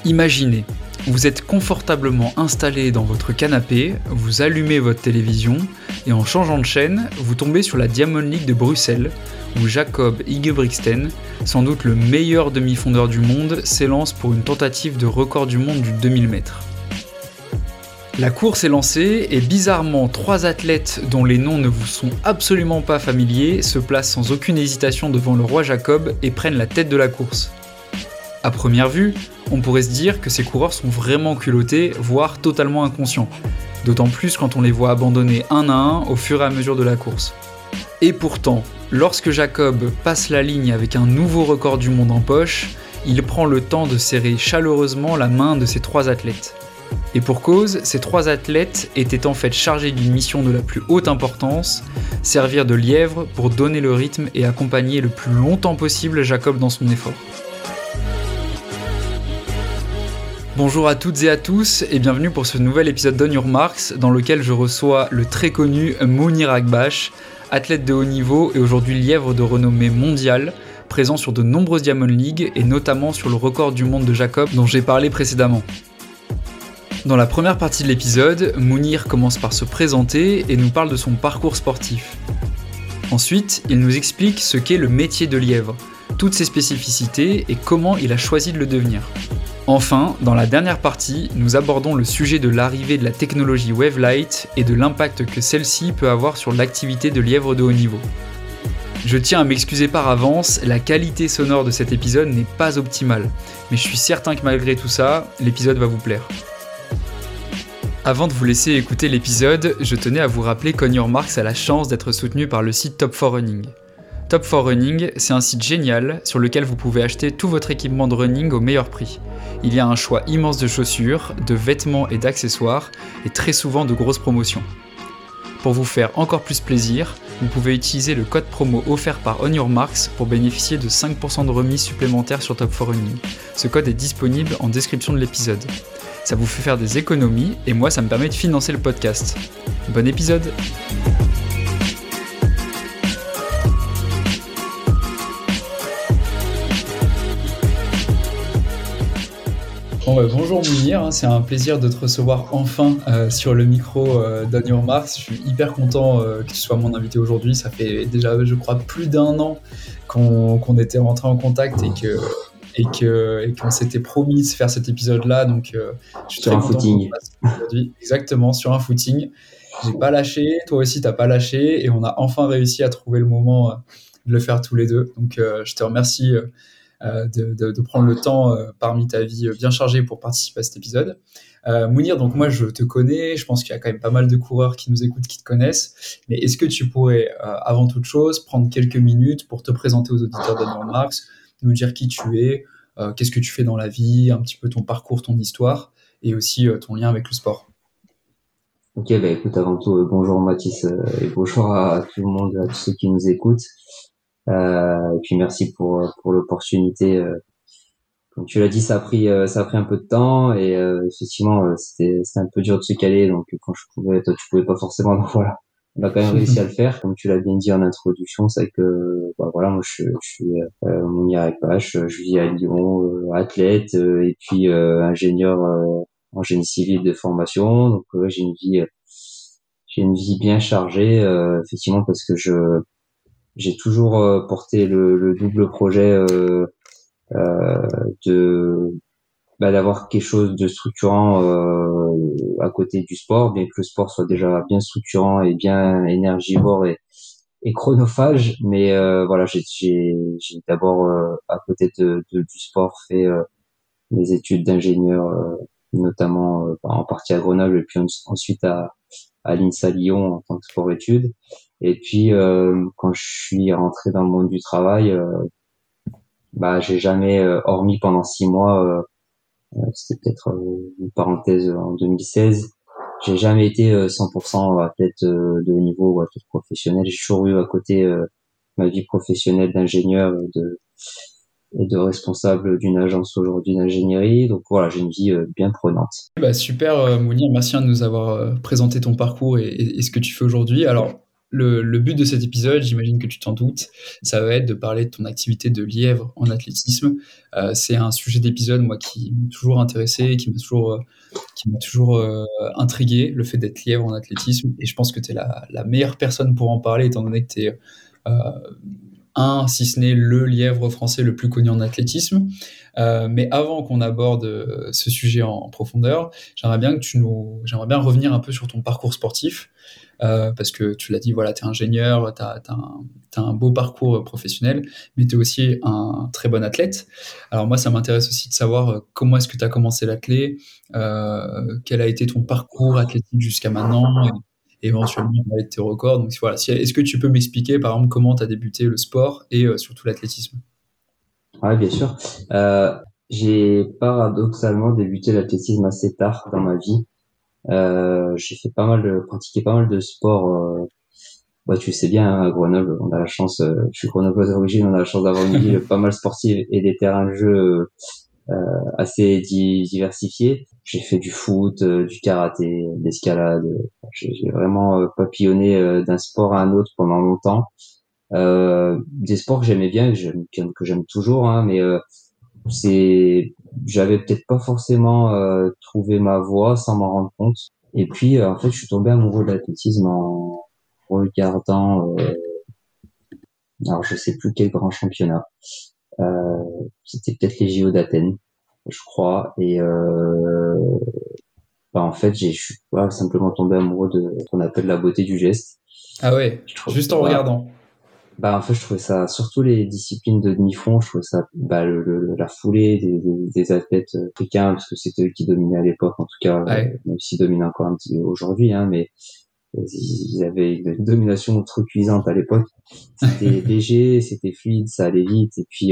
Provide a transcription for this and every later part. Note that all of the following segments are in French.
Imaginez, vous êtes confortablement installé dans votre canapé, vous allumez votre télévision et en changeant de chaîne, vous tombez sur la Diamond League de Bruxelles où Jacob Ingebrigtsen, sans doute le meilleur demi-fondeur du monde, s'élance pour une tentative de record du monde du 2000 mètres. La course est lancée et bizarrement, 3 athlètes dont les noms ne vous sont absolument pas familiers se placent sans aucune hésitation devant le roi Jacob et prennent la tête de la course. À première vue, on pourrait se dire que ces coureurs sont vraiment culottés, voire totalement inconscients. D'autant plus quand on les voit abandonner un à un au fur et à mesure de la course. Et pourtant, lorsque Jacob passe la ligne avec un nouveau record du monde en poche, il prend le temps de serrer chaleureusement la main de ces 3 athlètes. Et pour cause, ces 3 athlètes étaient en fait chargés d'une mission de la plus haute importance, servir de lièvre pour donner le rythme et accompagner le plus longtemps possible Jacob dans son effort. Bonjour à toutes et à tous et bienvenue pour ce nouvel épisode d'On Your Marks dans lequel je reçois le très connu Mounir Akbash, athlète de haut niveau et aujourd'hui lièvre de renommée mondiale, présent sur de nombreuses Diamond League et notamment sur le record du monde de Jacob dont j'ai parlé précédemment. Dans la première partie de l'épisode, Mounir commence par se présenter et nous parle de son parcours sportif. Ensuite, il nous explique ce qu'est le métier de lièvre, toutes ses spécificités et comment il a choisi de le devenir. Enfin, dans la dernière partie, nous abordons le sujet de l'arrivée de la technologie Wavelight et de l'impact que celle-ci peut avoir sur l'activité de lièvre de haut niveau. Je tiens à m'excuser par avance, la qualité sonore de cet épisode n'est pas optimale, mais je suis certain que malgré tout ça, l'épisode va vous plaire. Avant de vous laisser écouter l'épisode, je tenais à vous rappeler qu'On Your Marks a la chance d'être soutenu par le site Top4Running. Top4Running, c'est un site génial sur lequel vous pouvez acheter tout votre équipement de running au meilleur prix. Il y a un choix immense de chaussures, de vêtements et d'accessoires, et très souvent de grosses promotions. Pour vous faire encore plus plaisir, vous pouvez utiliser le code promo offert par On Your Marks pour bénéficier de 5% de remise supplémentaire sur Top4Running. Ce code est disponible en description de l'épisode. Ça vous fait faire des économies et moi ça me permet de financer le podcast. Bon épisode! Bonjour Mounir, c'est un plaisir de te recevoir enfin sur le micro d'On Your Marks. Je suis hyper content que tu sois mon invité aujourd'hui. Ça fait déjà, je crois, plus d'1 an qu'on était rentré en contact et qu'on s'était promis de faire cet épisode-là. Donc, je suis sur très un content footing. aujourd'hui. Exactement, sur un footing. J'ai pas lâché, toi aussi t'as pas lâché, et on a enfin réussi à trouver le moment de le faire tous les deux. Donc, je te remercie. De prendre le temps parmi ta vie bien chargée pour participer à cet épisode. Mounir, donc moi je te connais, je pense qu'il y a quand même pas mal de coureurs qui nous écoutent, qui te connaissent, mais est-ce que tu pourrais avant toute chose prendre quelques minutes pour te présenter aux auditeurs d'On Your Marks, nous dire qui tu es, qu'est-ce que tu fais dans la vie, un petit peu ton parcours, ton histoire et aussi ton lien avec le sport. Ok, écoute, avant tout, bonjour Mathis et bonjour à tout le monde, à tous ceux qui nous écoutent. Et puis merci pour l'opportunité. Comme tu l'as dit, ça a pris un peu de temps et effectivement c'était un peu dur de se caler. Donc quand toi tu pouvais pas forcément. Donc voilà, on a quand même réussi à le faire. Comme tu l'as bien dit en introduction, c'est que moi je suis Mounir Akbash, je vis à Lyon, athlète et puis ingénieur en génie civil de formation. Donc j'ai une vie bien chargée effectivement parce que j'ai toujours porté le double projet de d'avoir quelque chose de structurant à côté du sport, bien que le sport soit déjà bien structurant et bien énergivore et chronophage, mais voilà, j'ai d'abord à côté du sport fait mes études d'ingénieur notamment en partie à Grenoble et puis ensuite à l'INSA Lyon en tant que sport-études. Et puis quand je suis rentré dans le monde du travail, j'ai jamais, hormis pendant 6 mois, c'était peut-être une parenthèse en 2016, j'ai jamais été 100% athlète de haut niveau ou athlète professionnel. J'ai toujours eu à côté ma vie professionnelle d'ingénieur et de responsable d'une agence aujourd'hui d'ingénierie. Donc voilà, j'ai une vie bien prenante. Super Mounir, merci de nous avoir présenté ton parcours et ce que tu fais aujourd'hui. Alors, le but de cet épisode, j'imagine que tu t'en doutes, ça va être de parler de ton activité de lièvre en athlétisme. C'est un sujet d'épisode, moi, qui m'a toujours intéressé, qui m'a toujours intrigué, le fait d'être lièvre en athlétisme. Et je pense que tu es la meilleure personne pour en parler, étant donné que tu es si ce n'est le lièvre français le plus connu en athlétisme. Mais avant qu'on aborde ce sujet en profondeur, j'aimerais bien revenir un peu sur ton parcours sportif, parce que tu l'as dit, voilà, tu es ingénieur, tu as un beau parcours professionnel, mais tu es aussi un très bon athlète. Alors moi, ça m'intéresse aussi de savoir comment est-ce que tu as commencé l'athlé, quel a été ton parcours athlétique jusqu'à maintenant, et éventuellement parler de tes records. Donc voilà, est-ce que tu peux m'expliquer, par exemple, comment tu as débuté le sport et surtout l'athlétisme? Ouais, bien sûr. J'ai paradoxalement débuté l'athlétisme assez tard dans ma vie. J'ai fait pratiqué pas mal de sports. Bah, tu sais bien, hein, à Grenoble, on a la chance, je suis grenoblois d'origine, on a la chance d'avoir une ville pas mal sportive et des terrains de jeu assez diversifiés. J'ai fait du foot, du karaté, de l'escalade. J'ai vraiment papillonné d'un sport à un autre pendant longtemps. Des sports que j'aimais bien, que j'aime toujours, hein, mais c'est, j'avais peut-être pas forcément trouvé ma voie sans m'en rendre compte. Et puis, en fait, je suis tombé amoureux de l'athlétisme en regardant, alors je sais plus quel grand championnat. C'était peut-être les JO d'Athènes, je crois. Et bah, en fait, je suis pas simplement tombé amoureux de ce qu'on appelle la beauté du geste. Ah ouais, Je trouve, juste en regardant. en fait, je trouvais ça, surtout les disciplines de demi-fond, je trouvais ça, la foulée des athlètes africains, parce que c'était eux qui dominaient à l'époque, en tout cas, Ouais. même s'ils dominent encore un petit aujourd'hui, hein, mais ils avaient une domination outrecuidante à l'époque. C'était léger, c'était fluide, ça allait vite, et puis,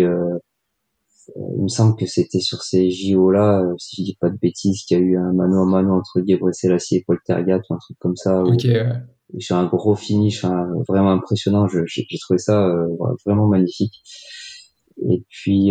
il me semble que c'était sur ces JO-là, si je dis pas de bêtises, qu'il y a eu un mano à mano entre Gebre Selassie et Paul Tergat, ou un truc comme ça, Ok. sur un gros finish, hein, vraiment impressionnant. J'ai trouvé ça vraiment magnifique. Et puis,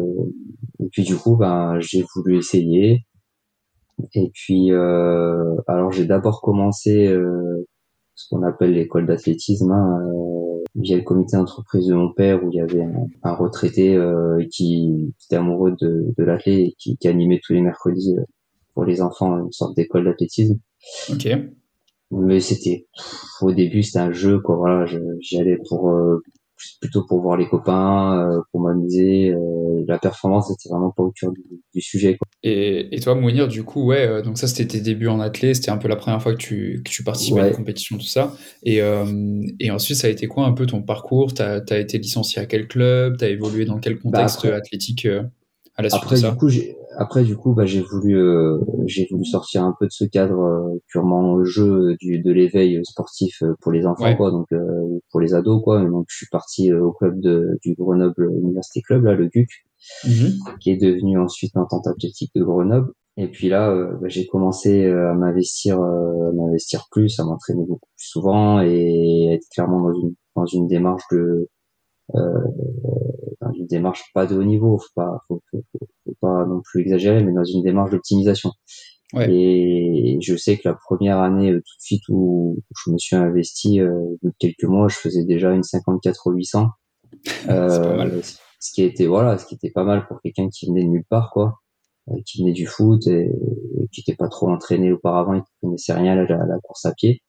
du coup, ben, j'ai voulu essayer. Et puis, alors j'ai d'abord commencé ce qu'on appelle l'école d'athlétisme, hein, via le comité d'entreprise de mon père, où il y avait un retraité qui était amoureux de l'athlé et qui animait tous les mercredis pour les enfants une sorte d'école d'athlétisme. Ok. Mais au début c'était un jeu, quoi. Voilà, j'y allais pour plutôt pour voir les copains, pour m'amuser. La performance c'était vraiment pas au cœur du sujet, quoi. Et toi, Mounir, du coup, ouais, donc ça, c'était tes débuts en athlé, c'était un peu la première fois que tu participais à une Ouais. compétition, tout ça. Et ensuite, ça a été quoi un peu ton parcours? T'as été licencié à quel club? T'as évolué dans quel Bah contexte athlétique à la suite de ça? après du coup bah j'ai voulu sortir un peu de ce cadre purement jeu de l'éveil sportif pour les enfants, Ouais. quoi, donc pour les ados, quoi. Et donc je suis parti au club du Grenoble Université Club, là, le GUC, Mhm. qui est devenu ensuite l'Entente Athlétique de Grenoble. Et puis là bah, j'ai commencé à m'investir plus, à m'entraîner beaucoup plus souvent et être clairement dans une démarche euh, dans une démarche pas de haut niveau, faut pas non plus exagérer, mais dans une démarche d'optimisation. Ouais. Et je sais que la première année, tout de suite où je me suis investi, au bout de quelques mois, je faisais déjà une 54 au 800, C'est pas mal. ce qui était pas mal pour quelqu'un qui venait de nulle part, quoi, qui venait du foot et qui était pas trop entraîné auparavant et qui connaissait rien à la course à pied.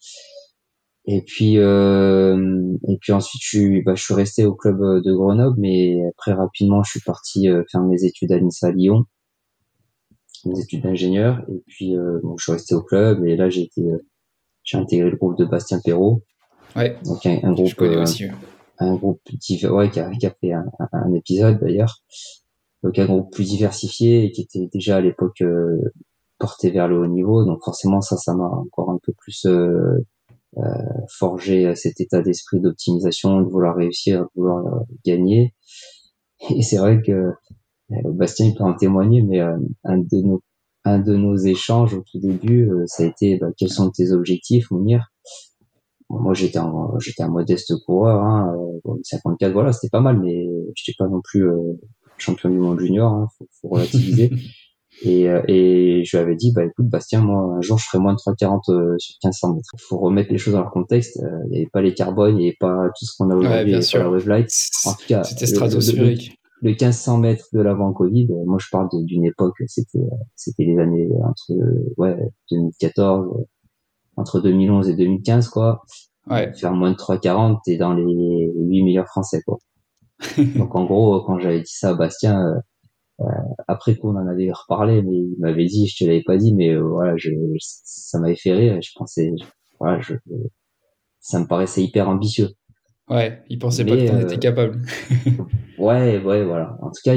Et puis ensuite, je suis resté au club de Grenoble, mais très rapidement, je suis parti faire mes études à Nice à Lyon, mes études d'ingénieur. Et puis, bon, je suis resté au club et là, j'ai intégré le groupe de Bastien Perrault, Ouais. donc Je connais aussi. Ouais. un groupe ouais, qui a fait un épisode d'ailleurs, donc un groupe plus diversifié et qui était déjà à l'époque porté vers le haut niveau. Donc forcément, ça m'a encore un peu plus forger cet état d'esprit d'optimisation, de vouloir réussir, de vouloir gagner. Et c'est vrai que Bastien il peut en témoigner, mais un de nos échanges au tout début, ça a été bah, quels sont tes objectifs, Mounir? Bon, moi j'étais un modeste coureur, hein, bon, 54, voilà, c'était pas mal, mais j'étais pas non plus champion du monde junior, hein, faut relativiser. Et je lui avais dit, bah écoute Bastien, moi un jour je ferai moins de 3,40 sur 1500 mètres. Il faut remettre les choses dans leur contexte. Il n'y avait pas les carbones, il n'y avait pas tout ce qu'on a Ouais, aujourd'hui, il n'y bien avait pas la sûr. wave light. En tout cas, C'était stratosphérique. le 1500 mètres de l'avant Covid, moi je parle d'une époque, c'était les années entre ouais 2014, entre 2011 et 2015 quoi. Ouais. Faire moins de 3,40, t'es dans les 8 meilleurs français quoi. Donc en gros, quand j'avais dit ça à Bastien, après qu'on en avait reparlé, mais il m'avait dit, je te l'avais pas dit, mais voilà, ça m'avait fait rire et je pensais, voilà, ça me paraissait hyper ambitieux. Ouais, il pensait pas que Mais t'en étais capable. ouais, voilà. En tout cas,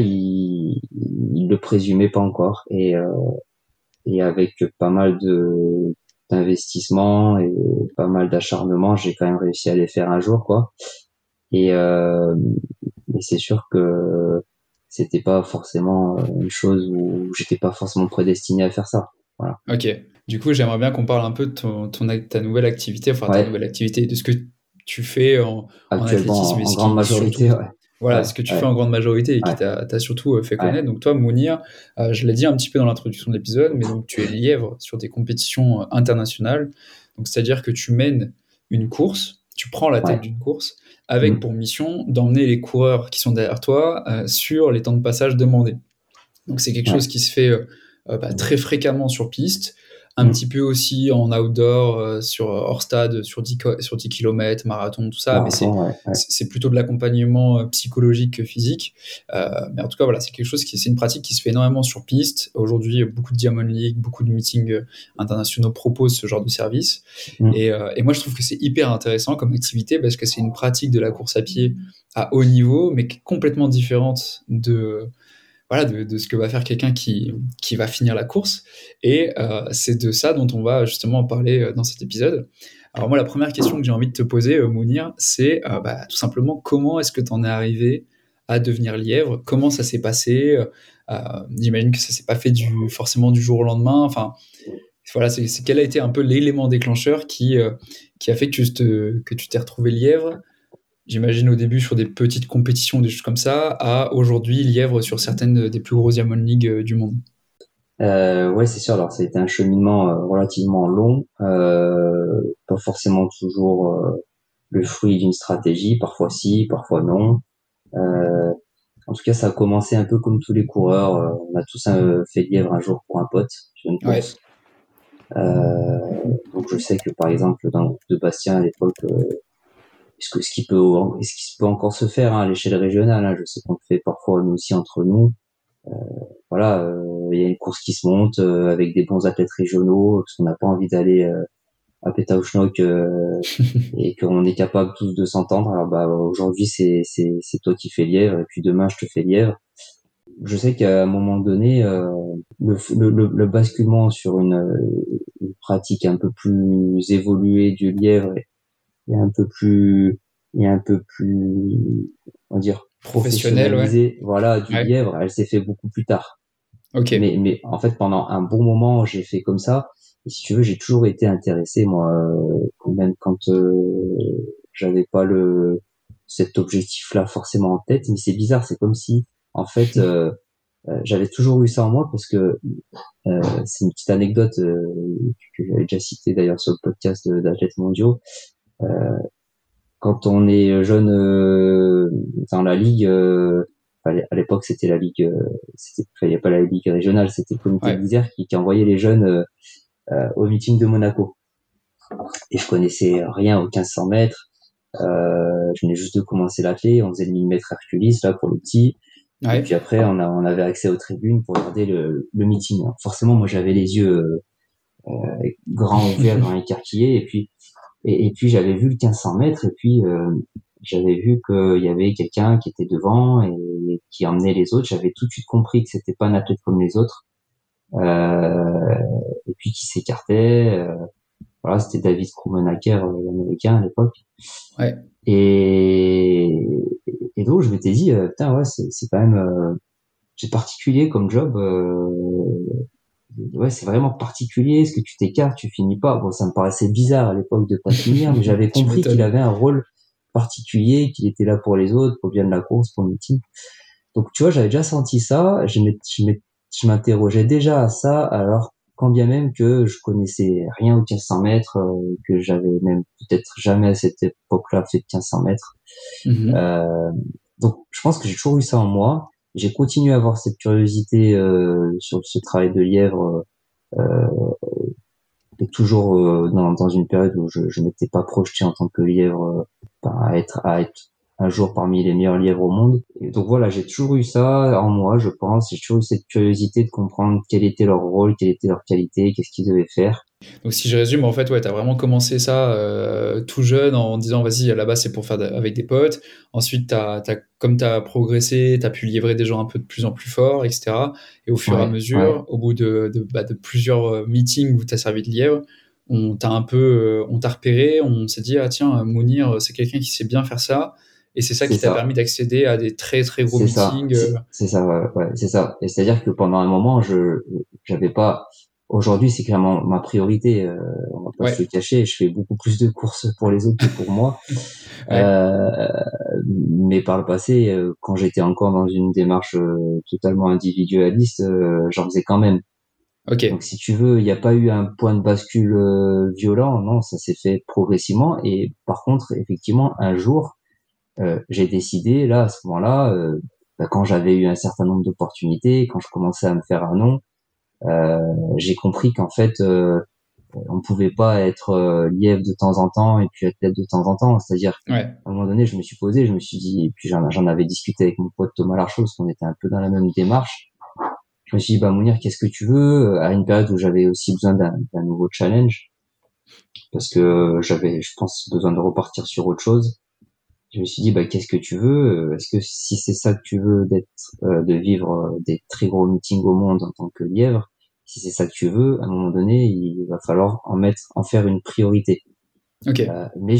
il le présumait pas encore et avec pas mal de d'investissement et pas mal d'acharnement, j'ai quand même réussi à les faire un jour, quoi. Et mais c'est sûr que c'était pas forcément une chose où j'étais pas forcément prédestiné à faire ça. Voilà. Ok. Du coup, j'aimerais bien qu'on parle un peu de ta nouvelle activité, enfin ta Ouais, nouvelle activité, de ce que tu fais en athlétisme actuellement et en ce grande qui surtout, majorité, ouais. voilà, Ouais, ce que tu fais ouais, en grande majorité et qui ouais, t'a surtout fait ouais, connaître. Donc toi, Mounir, je l'ai dit un petit peu dans l'introduction de l'épisode, mais donc tu es lièvre sur des compétitions internationales. Donc c'est-à-dire que tu mènes une course, tu prends la tête ouais. d'une course avec Mm, pour mission d'emmener les coureurs qui sont derrière toi sur les temps de passage demandés. Donc c'est quelque chose ouais. qui se fait très fréquemment sur piste, un Mm, petit peu aussi en outdoor, sur hors stade, sur 10 km, marathon, tout ça, mais marathon, ouais, ouais. c'est plutôt de l'accompagnement psychologique que physique. Mais en tout cas, voilà, c'est quelque chose c'est une pratique qui se fait énormément sur piste. Aujourd'hui, beaucoup de Diamond League, beaucoup de meetings internationaux proposent ce genre de service. Mm, Et moi, je trouve que c'est hyper intéressant comme activité parce que c'est une pratique de la course à pied à haut niveau, mais qui est complètement différente de ce que va faire quelqu'un qui va finir la course. Et c'est de ça dont on va justement parler dans cet épisode. Alors moi, la première question que j'ai envie de te poser, Mounir, c'est tout simplement comment est-ce que tu en es arrivé à devenir lièvre? Comment ça s'est passé? J'imagine que ça s'est pas fait forcément du jour au lendemain. Enfin, voilà, quel a été un peu l'élément déclencheur qui a fait que tu t'es retrouvé lièvre. J'imagine au début sur des petites compétitions, des choses comme ça, à aujourd'hui lièvre sur certaines des plus grosses Diamond League du monde. ouais, c'est sûr. Alors, ça a été un cheminement relativement long, pas forcément toujours le fruit d'une stratégie. Parfois si, parfois non. Euh, En tout cas, ça a commencé un peu comme tous les coureurs. On a tous fait lièvre un jour pour un pote sur une Ouais, course. Donc je sais que par exemple dans le groupe de Bastien à l'époque, ce qui peut encore se faire hein, à l'échelle régionale, hein, je sais qu'on le fait parfois nous aussi entre nous. Voilà, il y a une course qui se monte avec des bons athlètes régionaux parce qu'on n'a pas envie d'aller à Pétaouchnok et qu'on est capable tous de s'entendre. Alors bah aujourd'hui c'est toi qui fais lièvre et puis demain je te fais lièvre. Je sais qu'à un moment donné, le basculement sur une pratique un peu plus évoluée du lièvre et un peu plus et un peu plus, on va dire, professionnel, ouais. professionnalisée, voilà, du Ouais, lièvre, elle s'est fait beaucoup plus tard. ok. Mais en fait, pendant un bon moment, j'ai fait comme ça. Et si tu veux, j'ai toujours été intéressé, moi, même quand j'avais pas cet objectif-là forcément en tête. Mais c'est bizarre, c'est comme si, en fait, j'avais toujours eu ça en moi parce que c'est une petite anecdote que j'avais déjà citée d'ailleurs sur le podcast d'athlètes mondiaux. Euh, Quand on est jeune dans la ligue, à l'époque c'était la ligue, il n'y a pas la ligue régionale, c'était le comité de Ouais, l'Isère qui envoyait les jeunes au meeting de Monaco. Et je connaissais rien aux 1500 mètres. Je venais juste de commencer l'athlé, on faisait le 1000 mètres Hercules là pour le petit. Et ouais, puis après, on avait accès aux tribunes pour regarder le meeting. Alors forcément, moi, j'avais les yeux grands ouverts, grands écarquillés. Et puis, j'avais vu le 1500 mètres. Et puis, j'avais vu qu'il y avait quelqu'un qui était devant et qui emmenait les autres. J'avais tout de suite compris que c'était pas un athlète comme les autres. Et puis, qui s'écartait. Voilà, c'était David Krummenacher, l'américain à l'époque. ouais. Et, et donc, je m'étais dit, putain, ouais, c'est quand même c'est particulier comme job. Ouais, c'est vraiment particulier. Ce que tu t'écartes, tu finis pas. Bon, ça me paraissait bizarre à l'époque de pas finir, mais j'avais Tu compris qu'il m'étonnes. avait un rôle particulier, qu'il était là pour les autres, pour le bien de la course, pour le meeting. Donc, tu vois, j'avais déjà senti ça. Je m'étais je m'interrogeais déjà à ça, alors quand bien même que je connaissais rien au 1500 mètres, que j'avais même peut-être jamais à cette époque-là fait de 1500 mètres. Mhm. Euh, donc je pense que j'ai toujours eu ça en moi. J'ai continué à avoir cette curiosité sur ce travail de lièvre, euh, et toujours dans une période où je m'étais pas projeté en tant que lièvre à être un jour parmi les meilleurs lièvres au monde. Et donc voilà, j'ai toujours eu ça en moi, je pense. J'ai toujours eu cette curiosité de comprendre quel était leur rôle, quelle était leur qualité, qu'est-ce qu'ils devaient faire. Donc si je résume, en fait, ouais, t'as vraiment commencé ça tout jeune en disant vas-y, là-bas c'est pour faire avec des potes. Ensuite, comme t'as progressé, t'as pu livrer des gens un peu de plus en plus forts, etc. Et au fur et à Ouais, ouais, mesure, au bout de plusieurs meetings où t'as servi de lièvre, on t'a repéré, on s'est dit ah tiens, Mounir, c'est quelqu'un qui sait bien faire ça. Et c'est ça c'est qui t'a ça. permis d'accéder à des très très gros C'est ça, meetings. c'est ça, ouais, ouais, c'est ça. Et c'est-à-dire que pendant un moment, j'avais pas. Aujourd'hui, c'est clairement ma priorité. On va pas se Ouais, le cacher. Je fais beaucoup plus de courses pour les autres que pour moi. ouais, Euh, mais par le passé, quand j'étais encore dans une démarche totalement individualiste, j'en faisais quand même. ok, Donc, si tu veux, il n'y a pas eu un point de bascule violent. Non, ça s'est fait progressivement. Et par contre, effectivement, un jour j'ai décidé là à ce moment-là, quand j'avais eu un certain nombre d'opportunités, quand je commençais à me faire un nom, euh, j'ai compris qu'en fait on pouvait pas être lièvre de temps en temps et puis athlète de temps en temps. C'est-à-dire ouais, à un moment donné, je me suis posé, je me suis dit, et puis j'en avais discuté avec mon pote Thomas Larchot, parce qu'on était un peu dans la même démarche. Je me suis dit, bah Mounir, qu'est-ce que tu veux? À une période où j'avais aussi besoin d'un nouveau challenge, parce que j'avais, je pense, besoin de repartir sur autre chose. Je me suis dit, bah, qu'est-ce que tu veux? Est-ce que si c'est ça que tu veux, de vivre des très gros meetings au monde en tant que lièvre, si c'est ça que tu veux, à un moment donné, il va falloir en faire une priorité. ok, Mais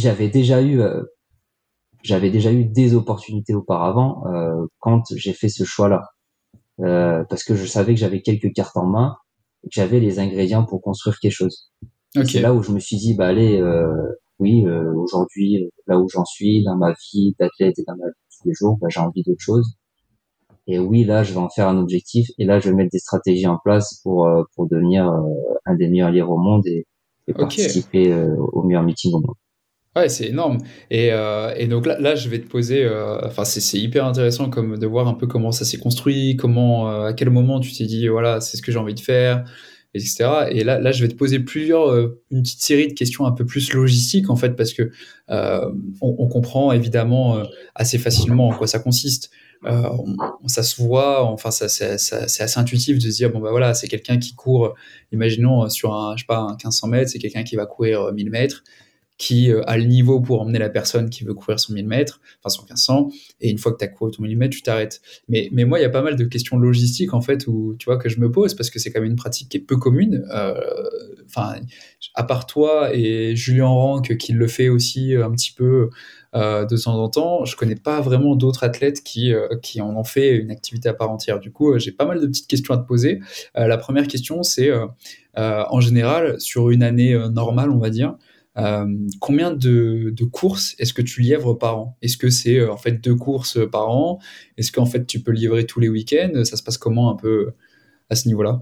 j'avais déjà eu des opportunités auparavant quand j'ai fait ce choix-là, parce que je savais que j'avais quelques cartes en main, et que j'avais les ingrédients pour construire quelque chose. Et ok. c'est là où je me suis dit, bah allez, oui, aujourd'hui, là où j'en suis, dans ma vie d'athlète et dans ma vie de tous les jours, bah, j'ai envie d'autre chose. Et oui, là, je vais en faire un objectif, et là, je vais mettre des stratégies en place pour devenir un des meilleurs lièvres au monde et Ok, participer aux meilleurs meetings au monde. ouais, c'est énorme. Et donc là, je vais te poser. Enfin, c'est hyper intéressant comme de voir un peu comment ça s'est construit, à quel moment tu t'es dit, voilà, c'est ce que j'ai envie de faire, etc. Et là, je vais te poser une petite série de questions un peu plus logistiques en fait, parce que on comprend évidemment assez facilement en quoi ça consiste. Ça se voit, enfin, c'est assez intuitif de se dire, bon, bah voilà, c'est quelqu'un qui court, imaginons sur je sais pas, un 1500 mètres, c'est quelqu'un qui va courir 1000 mètres qui a le niveau pour emmener la personne qui veut courir son 1000 mètres, enfin son 1500, et une fois que tu as couru ton 1000 mètres, tu t'arrêtes. Mais moi, il y a pas mal de questions logistiques, en fait, où, tu vois, que je me pose, parce que c'est quand même une pratique qui est peu commune. Enfin, à part toi et Julien Ranck, qui le fait aussi un petit peu de temps en temps, je connais pas vraiment d'autres athlètes qui en ont fait une activité à part entière. Du coup, j'ai pas mal de petites questions à te poser. La première question, c'est, en général, sur une année normale, on va dire, combien de courses est-ce que tu livres par an? Est-ce que c'est en fait 2 courses par an? Est-ce qu'en fait tu peux livrer tous les week-ends? Ça se passe comment un peu à ce niveau-là?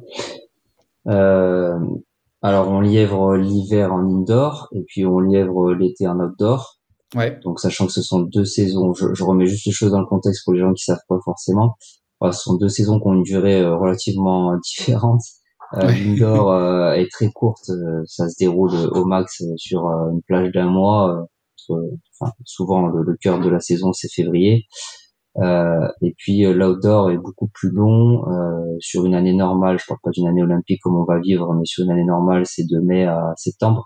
Euh, alors, on lièvre l'hiver en indoor, et puis on lièvre l'été en outdoor. Ouais, Donc, sachant que ce sont 2 saisons, je remets juste les choses dans le contexte pour les gens qui savent pas forcément. Ce sont 2 saisons qui ont une durée relativement différente. ouais, L'indoor est très courte, ça se déroule au max sur une plage d'un mois. Enfin, souvent le cœur de la saison c'est février. Et puis l'outdoor est beaucoup plus long. Sur une année normale, je parle pas d'une année olympique comme on va vivre, mais sur une année normale, c'est de mai à septembre.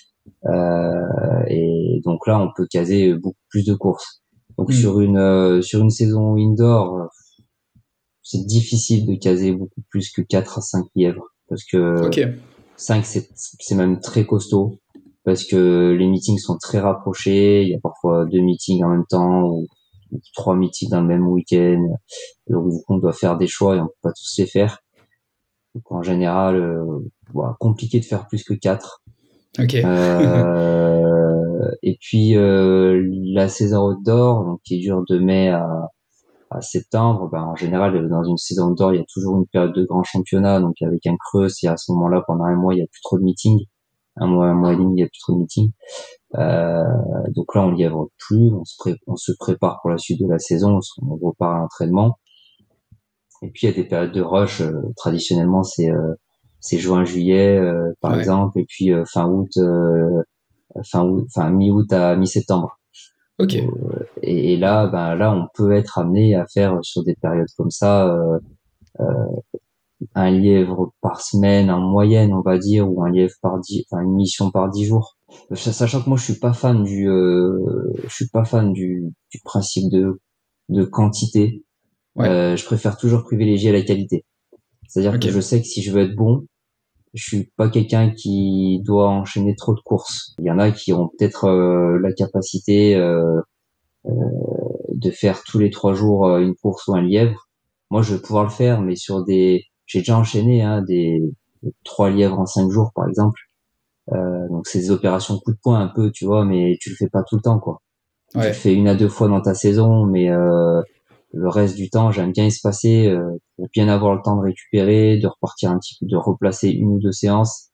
Et donc là, on peut caser beaucoup plus de courses. Donc hmm, sur une saison indoor, c'est difficile de caser beaucoup plus que 4 à 5 lièvres, parce que ok, 5 c'est même très costaud, parce que les meetings sont très rapprochés. Il y a parfois 2 meetings en même temps, ou 3 meetings dans le même week-end. Donc du coup, on doit faire des choix et on peut pas tous les faire. Donc en général, voilà, compliqué de faire plus que 4. ok, Et puis la saison outdoor, donc qui dure de mai à septembre, ben, en général, dans une saison d'or, il y a toujours une période de grand championnat, donc avec un creux, c'est à ce moment-là, pendant un mois, il y a plus trop de meetings. Un mois et demi, il y a plus trop de meetings. Euh, donc là, on lièvre plus, on se prépare pour la suite de la saison, on repart à l'entraînement. Et puis il y a des périodes de rush. Traditionnellement, c'est juin, juillet, par Ouais. exemple, et puis fin mi-août à mi-septembre. Ok. Et là, ben là, on peut être amené à faire sur des périodes comme ça un lièvre par semaine en moyenne, on va dire, ou un lièvre par 10, enfin une mission par 10 jours. Sachant que moi, je suis pas fan du principe de quantité. Ouais. Je préfère toujours privilégier la qualité. C'est-à-dire que je Ok. sais que si je veux être bon, je suis pas quelqu'un qui doit enchaîner trop de courses. Il y en a qui ont peut-être la capacité de faire tous les 3 jours une course ou un lièvre. Moi, je vais pouvoir le faire, mais j'ai déjà enchaîné des 3 lièvres en 5 jours, par exemple. Donc c'est des opérations coup de poing un peu, tu vois, mais tu le fais pas tout le temps, quoi. Tu le Ouais. fais 1 à 2 fois dans ta saison, mais le reste du temps, j'aime bien espacer pour bien avoir le temps de récupérer, de repartir un petit peu, de replacer 1 ou 2 séances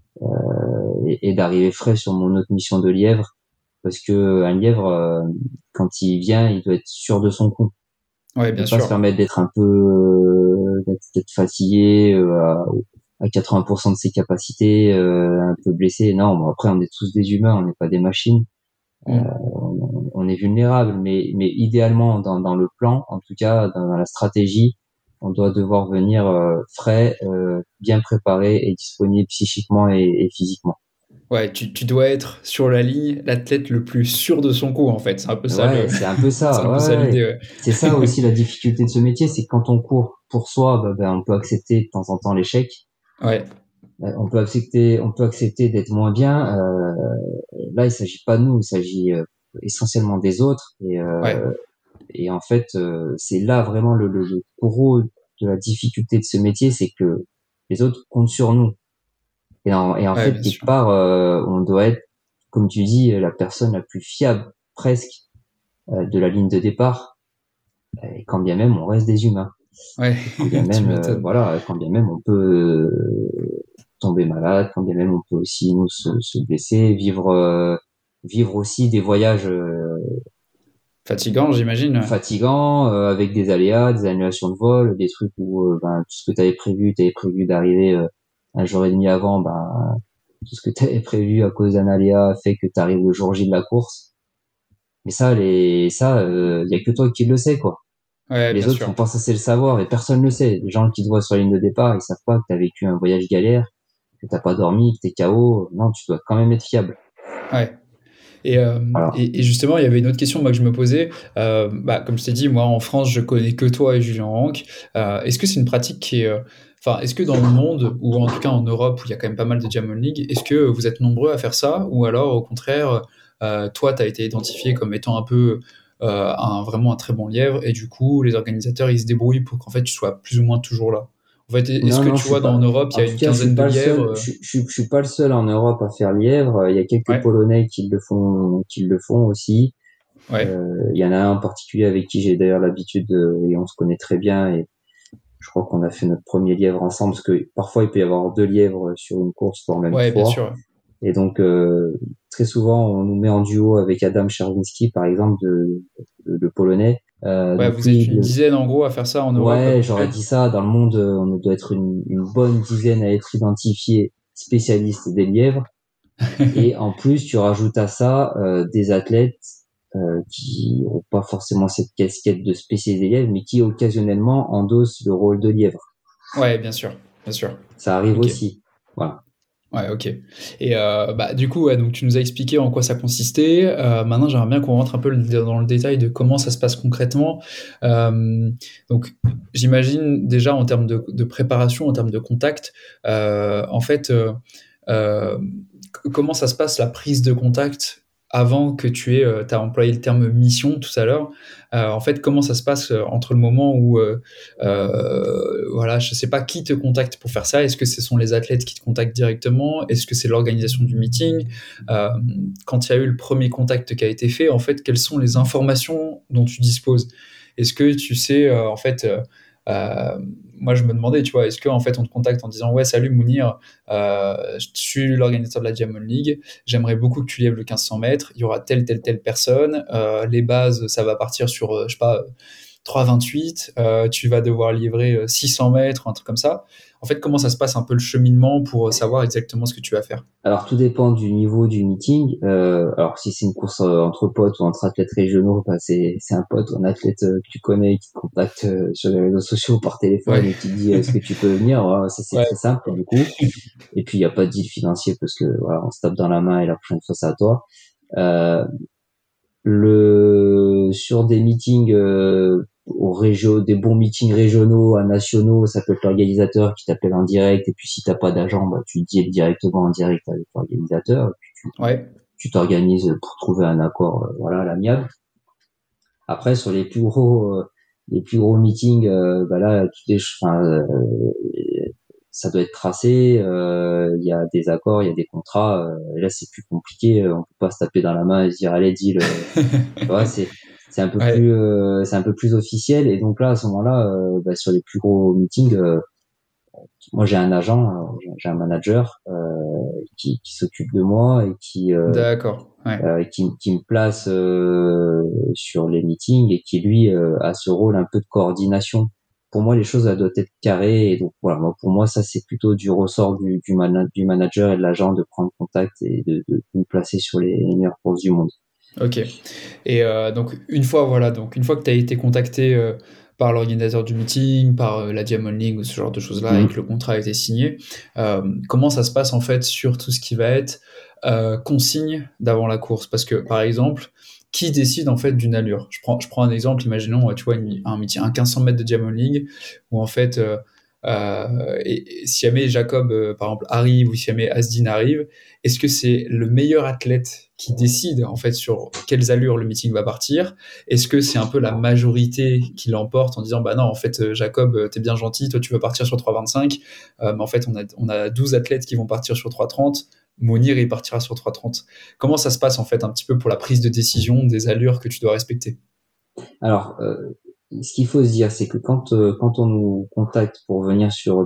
et d'arriver frais sur mon autre mission de lièvre, parce que un lièvre, quand il vient, il doit être sûr de son coup. Ouais, Il bien peut pas se sûr. permettre d'être un peu d'être fatigué à 80% de ses capacités, un peu blessé. Non, bon, après on est tous des humains, on n'est pas des machines. Mm. On est vulnérable, mais idéalement dans le plan, en tout cas dans la stratégie, on doit devoir venir frais, bien préparé et disponible psychiquement et physiquement. Ouais, tu dois être sur la ligne l'athlète le plus sûr de son coup, en fait. C'est un peu ça Ouais, c'est un peu c'est ça. un peu Ouais, ça ouais. l'idée, C'est ça ouais. aussi la difficulté de ce métier, c'est que quand on court pour soi, on peut accepter de temps en temps l'échec. Ouais, On peut accepter d'être moins bien. Là, il s'agit pas de nous, il s'agit essentiellement des autres. ouais, Et en fait, c'est là vraiment le gros de la difficulté de ce métier, c'est que les autres comptent sur nous. Et en ouais, fait, bien quelque sûr. part, on doit être, comme tu dis, la personne la plus fiable, presque, de la ligne de départ. Et quand bien même, on reste des humains. Ouais, Et quand bien tu même, m'étonnes. voilà, quand bien même, on peut tomber malade, quand bien même, on peut aussi nous se blesser, vivre aussi des voyages Fatigant, j'imagine. fatigants, avec des aléas, des annulations de vol, des trucs où tout ce que tu avais prévu d'arriver un jour et demi avant, tout ce que tu avais prévu à cause d'un aléa fait que tu arrives le jour J de la course. Mais il y a que toi qui le sais, quoi. Ouais, Les bien autres sûr. sont pas censés le savoir et personne ne le sait. Les gens qui te voient sur la ligne de départ, ils savent pas que tu as vécu un voyage galère, que t'as pas dormi, que t'es KO. Non, tu dois quand même être fiable. Ouais. Et, euh, Voilà. et justement, il y avait une autre question moi, que je me posais. Comme je t'ai dit, moi en France, je connais que toi et Julien Ranck. Est-ce que c'est une pratique qui est. Enfin, est-ce que dans le monde, ou en tout cas en Europe, où il y a quand même pas mal de Diamond League, est-ce que vous êtes nombreux à faire ça? Ou alors, au contraire, toi, tu as été identifié comme étant un peu vraiment un très bon lièvre, et du coup, les organisateurs, ils se débrouillent pour qu'en fait, tu sois plus ou moins toujours là. En fait, est-ce Non, que non, tu je suis vois, en pas. Europe, il y En a tout une cas, je suis quinzaine de pas le lièvres? seul. Je suis pas le seul en Europe à faire lièvre. Il y a quelques Ouais, Polonais qui le font aussi. ouais, Il y en a un en particulier avec qui j'ai d'ailleurs l'habitude et on se connaît très bien et je crois qu'on a fait notre premier lièvre ensemble parce que parfois il peut y avoir 2 lièvres sur une course, voire même ouais, bien 3. sûr. Et donc très souvent on nous met en duo avec Adam Czerwinski par exemple de polonais. Ouais, Donc vous êtes lui, une dizaine en gros à faire ça en Europe à ouais, peu j'aurais près. dit ça. Dans le monde, on doit être une bonne dizaine à être identifiés spécialistes des lièvres. Et en plus, tu rajoutes à ça des athlètes qui n'ont pas forcément cette casquette de spécialiste des lièvres, mais qui occasionnellement endossent le rôle de lièvre. Ouais, bien sûr, bien sûr. Ça arrive Ok. aussi. Voilà. Ouais, ok. Et du coup, ouais, donc tu nous as expliqué en quoi ça consistait. Maintenant, j'aimerais bien qu'on rentre un peu dans le détail de comment ça se passe concrètement. Euh, donc, j'imagine déjà en termes de préparation, en termes de contact, en fait, euh, comment ça se passe la prise de contact avant que t'as employé le terme mission tout à l'heure. En fait, comment ça se passe entre le moment où, voilà, je sais pas qui te contacte pour faire ça. Est-ce que ce sont les athlètes qui te contactent directement? Est-ce que c'est l'organisation du meeting? Euh, Quand il y a eu le premier contact qui a été fait, en fait, quelles sont les informations dont tu disposes? Est-ce que tu sais, en fait, moi je me demandais, tu vois, est-ce qu'en fait on te contacte en disant ouais, salut Mounir, je suis l'organisateur de la Diamond League, j'aimerais beaucoup que tu lèves le 1500 mètres, il y aura telle personne, les bases ça va partir sur, je sais pas, 3,28, tu vas devoir livrer 600 mètres, un truc comme ça. En fait, comment ça se passe un peu le cheminement pour savoir exactement ce que tu vas faire? Alors tout dépend du niveau du meeting. Alors si c'est une course entre potes ou entre athlètes régionaux, bah, c'est un pote ou un athlète que tu connais qui te contacte sur les réseaux sociaux par téléphone Ouais, et qui te dit est-ce que tu peux venir. Voilà, ça c'est ouais, très simple du coup. Et puis il n'y a pas de deal financier parce que voilà, on se tape dans la main et la prochaine fois c'est à toi. Euh, le sur des meetings des bons meetings régionaux à nationaux, ça peut être l'organisateur qui t'appelle en direct et puis si t'as pas d'agent, bah tu deals directement en direct avec l'organisateur et puis ouais, tu t'organises pour trouver un accord voilà à l'amiable. Après sur les plus gros meetings bah là enfin, ça doit être tracé, il y a des accords, il y a des contrats et là c'est plus compliqué, on peut pas se taper dans la main et se dire allez deal. Tu vois, ouais, c'est un peu plus officiel et donc là à ce moment-là bah, sur les plus gros meetings moi j'ai un agent, j'ai un manager qui s'occupe de moi et d'accord, ouais, qui me place sur les meetings et qui lui a ce rôle un peu de coordination. Pour moi les choses elles doivent être carrées et donc voilà, moi, pour moi ça c'est plutôt du ressort du manager et de l'agent de prendre contact et de me placer sur les meilleures courses du monde. ok. Et donc une fois que tu as été contacté par l'organisateur du meeting, par la Diamond League ou ce genre de choses-là, et que Mm. le contrat a été signé, comment ça se passe en fait sur tout ce qui va être consigne d'avant la course? Parce que par exemple, qui décide en fait d'une allure? Je prends un exemple, imaginons, tu vois, un meeting, un 1500 mètres de Diamond League, où en fait, et si jamais Jacob, par exemple, arrive, ou si jamais Asdin arrive, est-ce que c'est le meilleur athlète qui décide en fait sur quelles allures le meeting va partir? Est-ce que c'est un peu la majorité qui l'emporte en disant bah non en fait Jacob t'es bien gentil, toi tu vas partir sur 3,25, mais en fait on a 12 athlètes qui vont partir sur 3,30, Monir il partira sur 3,30. Comment ça se passe en fait un petit peu pour la prise de décision des allures que tu dois respecter? Alors, ce qu'il faut se dire, c'est que quand on nous contacte pour venir sur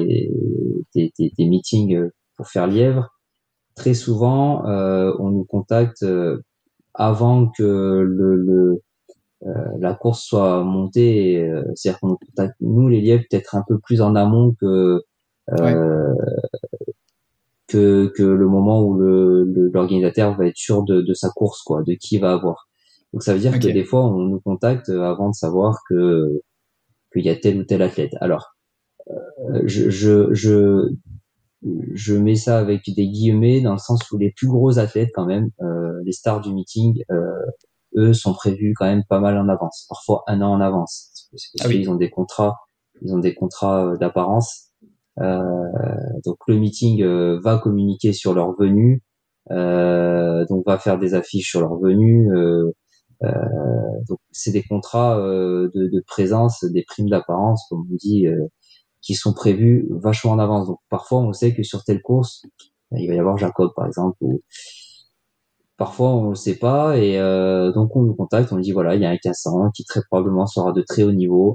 des meetings pour faire lièvre, très souvent, on nous contacte avant que la course soit montée. C'est-à-dire qu'on nous contacte, nous, les lièvres, peut-être un peu plus en amont Ouais, euh, que le moment où l'organisateur va être sûr de sa course, quoi, de qui il va avoir. Donc ça veut dire que des ok, fois, on nous contacte avant de savoir qu'il y a tel ou tel athlète. Alors, euh, je, je, je, je mets ça avec des guillemets dans le sens où les plus gros athlètes, quand même, les stars du meeting, eux sont prévus quand même pas mal en avance, parfois un an en avance, parce ah qu'ils oui, ont ils ont des contrats d'apparence. Euh, donc le meeting va communiquer sur leur venue, donc va faire des affiches sur leur venue. Euh, donc c'est des contrats de présence, des primes d'apparence, comme on dit, qui sont prévus vachement en avance. Donc parfois on sait que sur telle course, il va y avoir Jacob par exemple, ou parfois on le sait pas et donc on nous contacte, on nous dit voilà il y a un cassant qui très probablement sera de très haut niveau.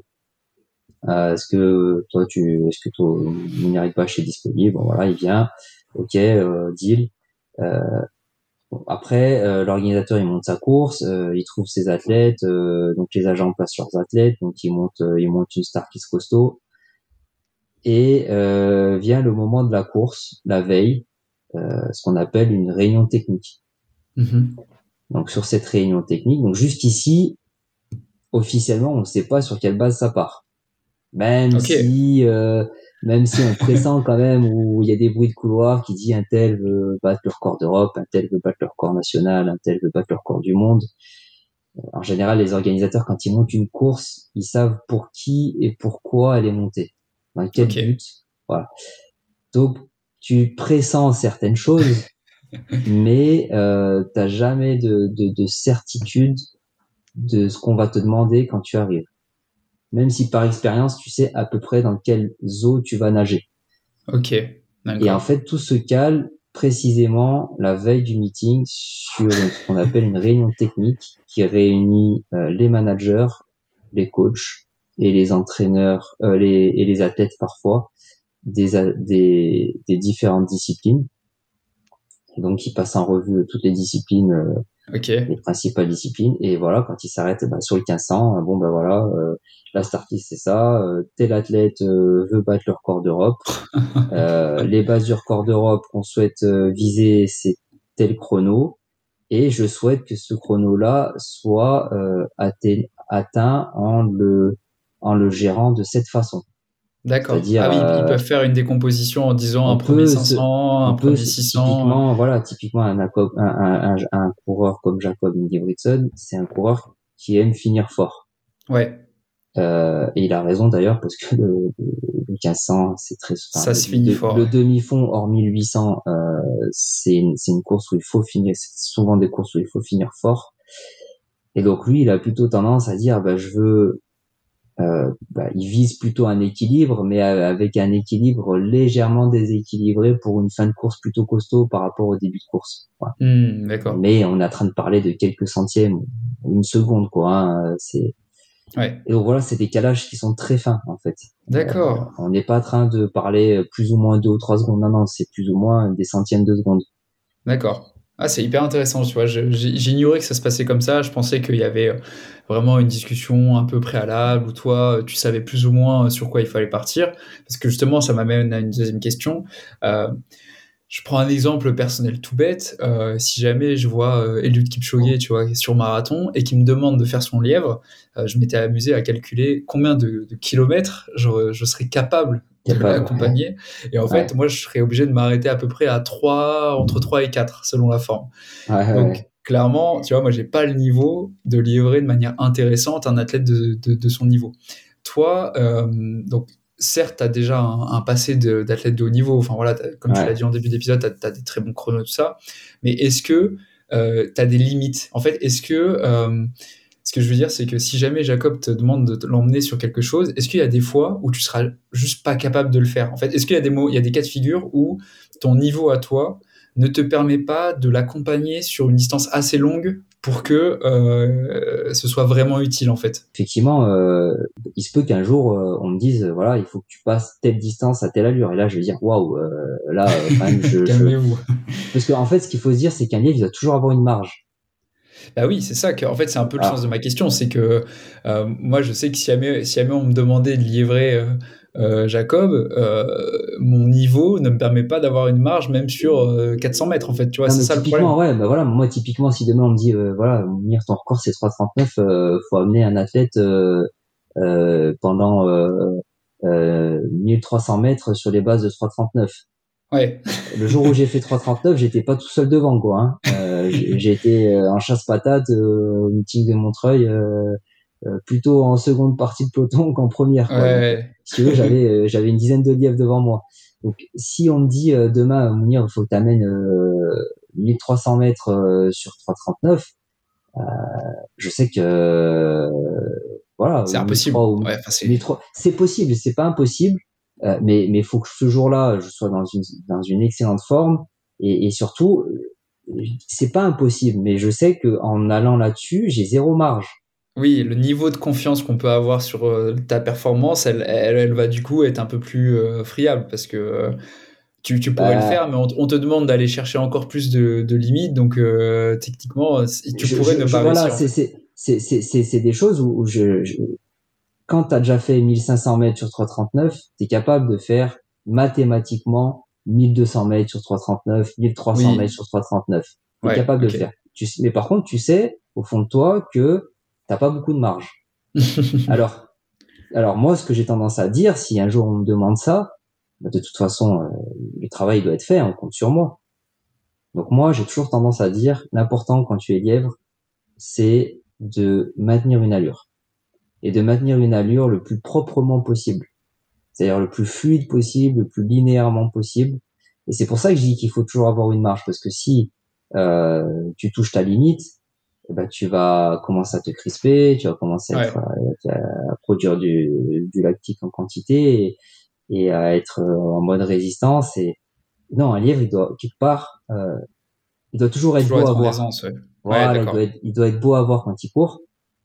Est-ce que toi Mounir Bache est disponible? Bon voilà il vient, ok deal. Euh, bon, après l'organisateur il monte sa course, il trouve ses athlètes, donc les agents placent leurs athlètes, donc ils montent une star qui se costaud. Et vient le moment de la course, la veille, ce qu'on appelle une réunion technique. mhm. Donc sur cette réunion technique, donc jusqu'ici, officiellement, on ne sait pas sur quelle base ça part. Même Ok, si, euh, même si on pressent quand même où il y a des bruits de couloir qui dit un tel veut battre le record d'Europe, un tel veut battre le record national, un tel veut battre le record du monde. En général, les organisateurs, quand ils montent une course, ils savent pour qui et pourquoi elle est montée, dans quel ok, but. Voilà. Donc, tu pressens certaines choses, mais t'as jamais de certitude de ce qu'on va te demander quand tu arrives. Même si par expérience, tu sais à peu près dans quelle eau tu vas nager. ok, Et en d'accord, fait, tout se cale précisément la veille du meeting sur ce qu'on appelle une réunion technique qui réunit les managers les coachs et les entraîneurs, et les athlètes parfois des différentes disciplines. Et donc, il passe en revue toutes les disciplines, Ok. les principales disciplines. Et voilà, quand il s'arrête sur le 1500, bon ben voilà, la start-list c'est ça, tel athlète veut battre le record d'Europe. Les bases du record d'Europe qu'on souhaite viser, c'est tel chrono. Et je souhaite que ce chrono-là soit atteint en le gérant de cette façon. D'accord. C'est-à-dire, Ah oui, ils peuvent faire une décomposition en disant un on premier peut se, 500, un premier 600. typiquement, voilà, typiquement un coureur comme Jacob Ingebrigtsen, c'est un coureur qui aime finir fort. Ouais, Et il a raison d'ailleurs parce que le 1500, c'est très, enfin, ça se finit fort. le Ouais. demi-fond hors 1800, c'est une course où il faut finir, c'est souvent des courses où il faut finir fort. Et donc lui, il a plutôt tendance à dire, bah, je veux, il vise plutôt un équilibre, mais avec un équilibre légèrement déséquilibré pour une fin de course plutôt costaud par rapport au début de course. Voilà. D'accord. Mais on est en train de parler de quelques centièmes, une seconde, quoi. Hein, Ouais. et donc voilà, c'est des calages qui sont très fins, en fait. D'accord. On n'est pas en train de parler plus ou moins 2 ou 3 secondes. Non, non, c'est plus ou moins des centièmes de seconde. D'accord. Ah, c'est hyper intéressant, tu vois. J'ignorais que ça se passait comme ça. Je pensais qu'il y avait vraiment une discussion un peu préalable où toi, tu savais plus ou moins sur quoi il fallait partir. Parce que justement, ça m'amène à une deuxième question. Euh, Je prends un exemple personnel tout bête. Si jamais je vois Eliud Kipchoge, tu vois, sur marathon et qui me demande de faire son lièvre, je m'étais amusé à calculer combien de kilomètres je serais capable de Capable, ouais. l'accompagner. Et en fait, Ouais, moi, je serais obligé de m'arrêter à peu près à 3, entre 3 et 4, selon la forme. ouais, Donc, ouais. clairement, tu vois, moi, j'ai pas le niveau de livrer de manière intéressante un athlète de son niveau. Toi, donc, certes, tu as déjà un passé d'athlète de haut niveau. Enfin, voilà, comme tu l'as Ouais. dit en début d'épisode, tu as des très bons chronos, tout ça. Mais est-ce que tu as des limites? En fait, ce que je veux dire, c'est que si jamais Jacob te demande de l'emmener sur quelque chose, est-ce qu'il y a des fois où tu seras juste pas capable de le faire? En fait, est-ce qu'il y a il y a des cas de figure où ton niveau à toi ne te permet pas de l'accompagner sur une distance assez longue pour que ce soit vraiment utile, en fait? Effectivement, il se peut qu'un jour on me dise, voilà, il faut que tu passes telle distance à telle allure. Et là, je vais dire, waouh, là, quand même, Calmez-vous. parce qu'en fait, ce qu'il faut se dire, c'est qu'un livre, il doit toujours avoir une marge. Bah oui, c'est ça que, en fait, c'est un peu le sens de Alors, ma question. C'est que moi, je sais que si jamais on me demandait de livrer Jacob, mon niveau ne me permet pas d'avoir une marge même sur 400 mètres, en fait. Tu vois, non, c'est mais ça le typiquement, problème. ouais, bah voilà, moi, typiquement, si demain on me dit, voilà, Mounir, ton record, c'est 3,39, faut amener un athlète pendant 1300 mètres sur les bases de 3,39. Ouais, Le jour où j'ai fait 3,39, j'étais pas tout seul devant, quoi. Hein. J'ai été en chasse-patate au meeting de Montreuil, plutôt en seconde partie de peloton qu'en première, quoi. Donc, ouais. si tu veux, j'avais une dizaine de lièvres devant moi. Donc, si on me dit demain, Mounir, il faut que tu amènes 1300 mètres sur 3,39, je sais que voilà, C'est ou impossible. 1003 ou Ouais, enfin, c'est. 1003, c'est possible, c'est pas impossible, mais faut que ce jour-là, je sois dans une excellente forme et surtout, c'est pas impossible, mais je sais que en allant là-dessus, j'ai zéro marge. Oui, le niveau de confiance qu'on peut avoir sur ta performance, elle va du coup être un peu plus friable parce que tu pourrais le faire, Bah, mais on te demande d'aller chercher encore plus de limites, donc techniquement, tu pourrais ne pas voilà, réussir en fait. c'est des choses où quand tu as déjà fait 1500 mètres sur 3,39, tu es capable de faire mathématiquement 1200 mètres sur 3,39, 1300 mètres Oui, sur 3,39. Tu es ouais, capable de le ok. faire. Mais par contre, tu sais, au fond de toi, que t'as pas beaucoup de marge. Alors, moi, ce que j'ai tendance à dire, si un jour on me demande ça, bah, de toute façon, le travail doit être fait, on compte sur moi. Donc moi, j'ai toujours tendance à dire, l'important quand tu es lièvre, c'est de maintenir une allure. Et de maintenir une allure le plus proprement possible. C'est-à-dire le plus fluide possible, le plus linéairement possible. Et c'est pour ça que je dis qu'il faut toujours avoir une marge, parce que si tu touches ta limite, eh ben, tu vas commencer à te crisper, tu vas commencer à être Ouais, à produire du lactique en quantité et à être en mode résistance. Et non, un livre, il doit quelque part, il doit toujours être toujours beau à être en voir. aisance, ouais. Ouais, Voilà, d'accord. il doit être beau à voir quand il court.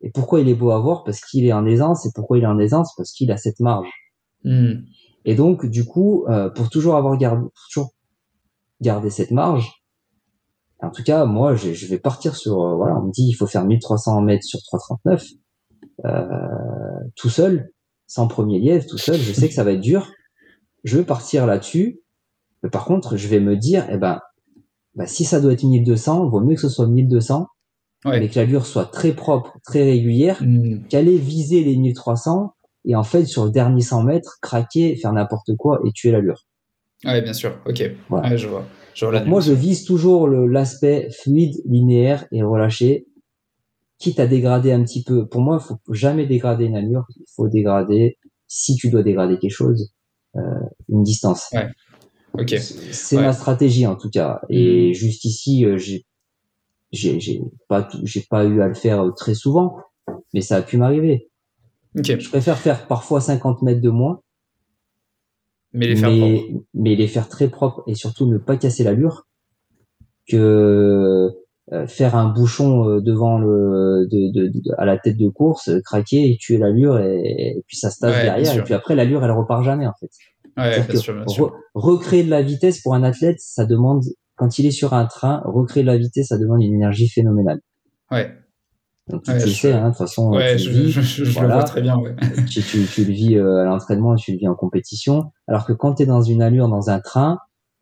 Et pourquoi il est beau à voir? Parce qu'il est en aisance. Et pourquoi il est en aisance? Parce qu'il a cette marge. Et donc, du coup, pour toujours garder cette marge, en tout cas, moi, je vais partir sur, voilà, on me dit, il faut faire 1300 mètres sur 3,39, tout seul, sans premier lièvre, tout seul. Je sais que ça va être dur. Je veux partir là-dessus. Mais par contre, je vais me dire, si ça doit être 1200, vaut mieux que ce soit 1200, mais que l'allure soit très propre, très régulière, qu'aller viser les 1300 et en fait, sur le dernier 100 mètres, craquer, faire n'importe quoi et tuer l'allure. Ouais, bien sûr. Ok. Voilà. Ouais, je vois. Donc moi, je vise toujours l'aspect fluide, linéaire et relâché, quitte à dégrader un petit peu. Pour moi, il faut jamais dégrader une allure. Il faut dégrader, si tu dois dégrader quelque chose, une distance. Ouais. Ok. C'est ma stratégie en tout cas. Et juste ici, j'ai pas eu à le faire très souvent, mais ça a pu m'arriver. Okay. Je préfère faire parfois 50 mètres de moins, mais les faire propres. Mais les faire très propres et surtout ne pas casser l'allure, que faire un bouchon devant à la tête de course, craquer et tuer l'allure et puis ça se tasse derrière et puis après l'allure elle repart jamais en fait. Ouais, bien sûr. Recréer de la vitesse pour un athlète, ça demande, quand il est sur un train, recréer de la vitesse, ça demande une énergie phénoménale. Ouais. Donc tu le sais, hein, de toute façon, ouais, tu le vis. Je le vois très bien. Ouais. tu le vis à l'entraînement, tu le vis en compétition. Alors que quand tu es dans une allure, dans un train,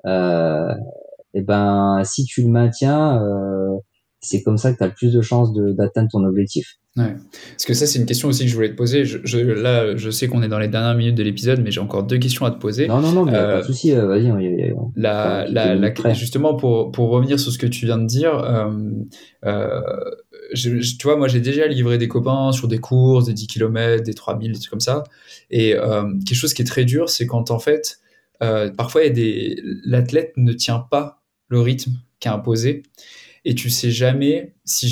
si tu le maintiens, c'est comme ça que tu as le plus de chances d'atteindre ton objectif. Ouais. Parce que ça, c'est une question aussi que je voulais te poser. Là, je sais qu'on est dans les dernières minutes de l'épisode, mais j'ai encore 2 questions à te poser. Non, mais pas de souci. Vas-y. Justement, pour revenir sur ce que tu viens de dire, tu vois, moi, j'ai déjà livré des copains sur des courses, des 10 km, des 3000, des trucs comme ça. Et quelque chose qui est très dur, c'est quand, en fait, parfois, l'athlète ne tient pas le rythme qui est imposé. Et tu sais jamais si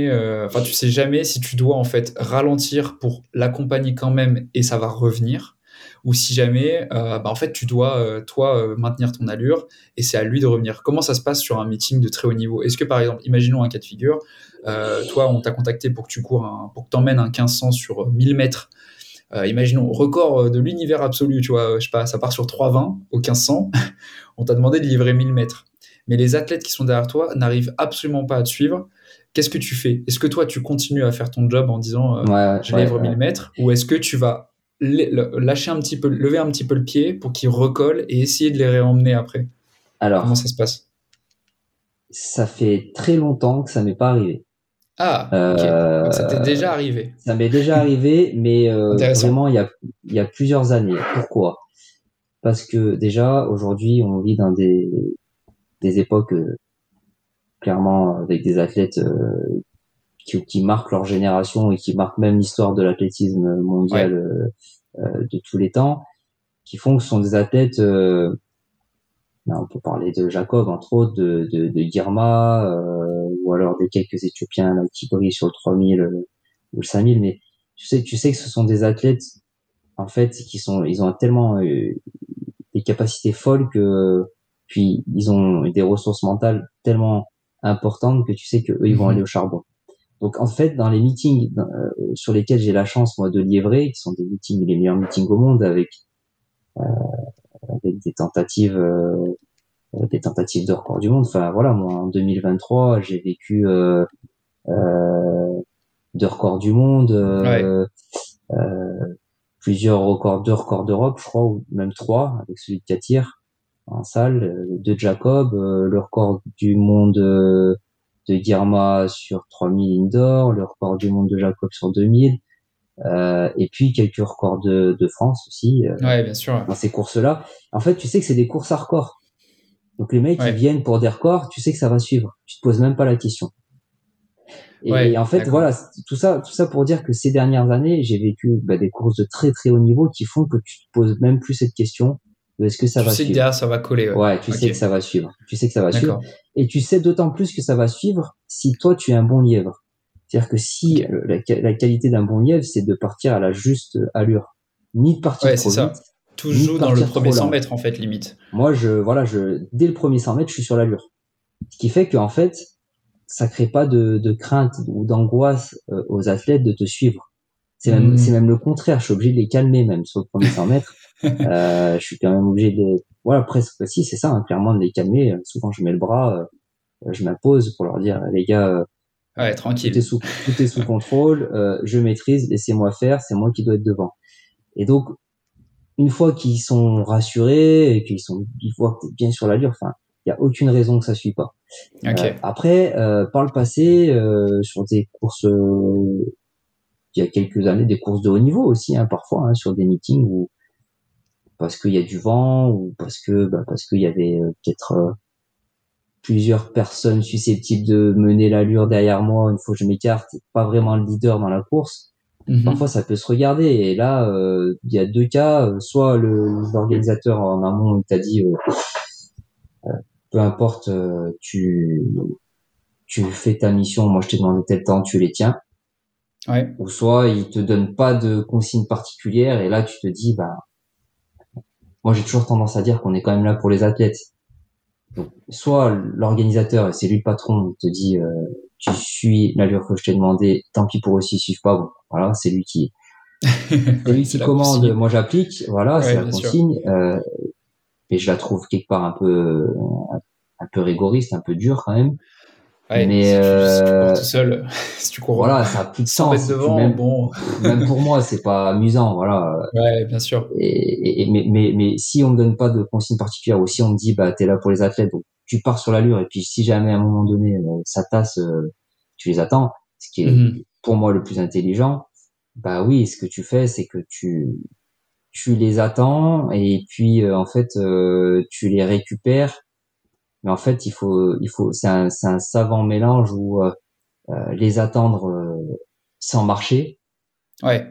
tu dois en fait ralentir pour l'accompagner quand même et ça va revenir, ou si jamais en fait tu dois maintenir ton allure et c'est à lui de revenir. Comment ça se passe sur un meeting de très haut niveau? Est-ce que par exemple, imaginons un cas de figure, toi on t'a contacté pour que tu pour que t'emmènes un 1500 sur 1000 mètres. Imaginons record de l'univers absolu, tu vois, je sais pas, ça part sur 3,20 au 1500, on t'a demandé de livrer 1000 mètres. Mais les athlètes qui sont derrière toi n'arrivent absolument pas à te suivre. Qu'est-ce que tu fais? Est-ce que toi, tu continues à faire ton job en disant je livre 1000 mètres, ou est-ce que tu vas lâcher un petit peu, lever un petit peu le pied pour qu'ils recollent et essayer de les réemmener après? Alors, comment ça se passe? Ça fait très longtemps que ça m'est pas arrivé. Ah, ok. Donc ça t'est déjà arrivé. Ça m'est déjà arrivé, mais vraiment il y a plusieurs années. Pourquoi? Parce que déjà aujourd'hui on vit dans des époques clairement avec des athlètes qui marquent leur génération et qui marquent même l'histoire de l'athlétisme mondial de tous les temps, qui font que ce sont des athlètes. On peut parler de Jacob entre autres, de Girma, ou alors des quelques Éthiopiens là, qui brillent sur le 3000 ou le 5000, mais tu sais que ce sont des athlètes en fait ils ont tellement des capacités folles que puis ils ont des ressources mentales tellement importantes que tu sais que eux ils vont aller au charbon. Donc en fait dans les meetings sur lesquels j'ai la chance moi de livrer, qui sont des meetings les meilleurs meetings au monde avec des tentatives de record du monde. Enfin voilà, moi en 2023 j'ai vécu 2 records du monde, plusieurs records d'Europe, je crois, ou même 3 avec celui de Katir en salle, 2 de Jacob, le record du monde de Girma sur 3000 indoor, le record du monde de Jacob sur 2000, et puis quelques records de France aussi bien sûr. Dans ces courses-là. En fait, tu sais que c'est des courses à records. Donc les mecs qui viennent pour des records, tu sais que ça va suivre. Tu te poses même pas la question. Et en fait, voilà, tout ça pour dire que ces dernières années, j'ai vécu des courses de très très haut niveau qui font que tu te poses même plus cette question de est-ce que ça va suivre. Tu sais que derrière ça va coller. Ouais, tu sais que ça va suivre. Tu sais que ça va suivre. Et tu sais d'autant plus que ça va suivre si toi tu es un bon lièvre. C'est-à-dire que si la qualité d'un bon lièvre, c'est de partir à la juste allure, ni de partir trop vite. Tout joue dans le premier 100 mètres en fait, limite. Moi, dès le premier 100 mètres, je suis sur l'allure. Ce qui fait que en fait, ça crée pas de crainte ou d'angoisse aux athlètes de te suivre. C'est Hmm. même le contraire. Je suis obligé de les calmer même sur le premier 100 mètres. Je suis quand même obligé de, voilà, presque, si, c'est ça, hein, clairement, de les calmer. Souvent, je mets le bras, je m'impose pour leur dire, les gars, Ouais, tranquille. tout est sous contrôle, je maîtrise, laissez-moi faire, c'est moi qui dois être devant. Et donc, une fois qu'ils sont rassurés et ils voient que t'es bien sur l'allure, enfin, il y a aucune raison que ça suit pas. Ok. Après, par le passé, sur des courses, il y a quelques années, des courses de haut niveau aussi, hein, parfois, hein, sur des meetings où parce qu'il y a du vent ou parce qu'il y avait peut-être plusieurs personnes susceptibles de mener l'allure derrière moi une fois que je m'écarte, pas vraiment le leader dans la course. Parfois, Mhm. ça peut se regarder. Et là, il y a deux cas. Soit l'organisateur en amont il t'a dit, peu importe, tu fais ta mission, moi je t'ai demandé tel temps, tu les tiens. Ouais. Ou soit il te donne pas de consignes particulières et là tu te dis, bah, moi j'ai toujours tendance à dire qu'on est quand même là pour les athlètes. Donc, soit l'organisateur, et c'est lui le patron, il te dit, tu suis l'allure que je t'ai demandé, tant pis pour eux s'ils suivent pas, bon, voilà, c'est Ouais, lui c'est qui la commande, consigne. moi j'applique, voilà, c'est Ouais, la bien sûr. consigne, et je la trouve quelque part un peu rigoriste, un peu dur quand même, Ouais, mais si tu cours tout seul, si tu cours voilà, ça a plus de 100 mètres sens, et puis devant, bon. même pour moi, c'est pas amusant, voilà, Ouais, bien sûr. mais si on me donne pas de consigne particulière, ou si on me dit, bah, t'es là pour les athlètes, donc tu pars sur l'allure, et puis si jamais à un moment donné, ça tasse, tu les attends, ce qui est Mhm. pour moi le plus intelligent, bah oui, ce que tu fais, c'est que tu les attends, et puis en fait, tu les récupères, mais en fait, c'est un savant mélange où les attendre sans marcher, Ouais.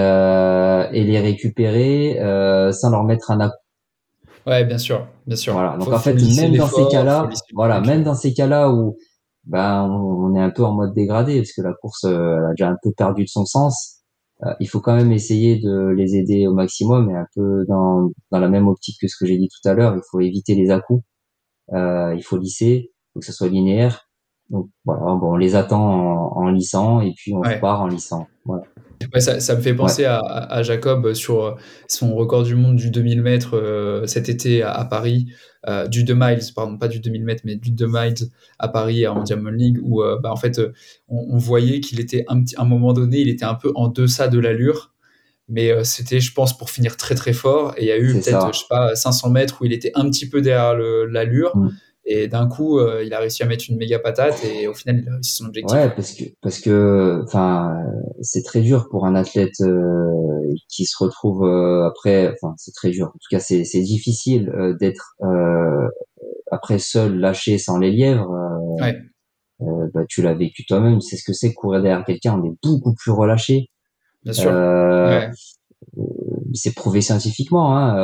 et les récupérer sans leur mettre un appui. Ouais, bien sûr, bien sûr. Voilà. Donc Faut, en faut fait, lisser même dans ces l'effort, faut cas-là, lisser le voilà, truc. même dans ces cas-là où ben on est un peu en mode dégradé parce que la course elle a déjà un peu perdu de son sens, il faut quand même essayer de les aider au maximum et un peu dans la même optique que ce que j'ai dit tout à l'heure, il faut éviter les à-coups, il faut lisser, il faut que ce soit linéaire. Donc voilà, bon, on les attend en lissant et puis on Ouais. repart en lissant. Voilà. Ouais, ça me fait Ouais. penser à Jacob sur son record du monde du 2000 mètres cet été à Paris, du 2 miles, pardon, pas du 2000 mètres, mais du 2 miles à Paris en Diamond League, où bah, en fait, on voyait qu'il était à un moment donné, il était un peu en deçà de l'allure, mais c'était, je pense, pour finir très très fort. Et il y a eu C'est peut-être, je ça. sais pas, 500 mètres où il était un petit peu derrière l'allure, Mm. et d'un coup, il a réussi à mettre une méga patate, et au final, il a réussi son objectif. Ouais, Ouais. parce que enfin c'est très dur pour un athlète qui se retrouve après, enfin c'est très dur. En tout cas, c'est difficile d'être après seul lâché sans les lièvres. Ouais, Bah, tu l'as vécu toi-même, c'est ce que c'est courir derrière quelqu'un, on est beaucoup plus relâché. bien sûr. Euh, Ouais. c'est prouvé scientifiquement, hein,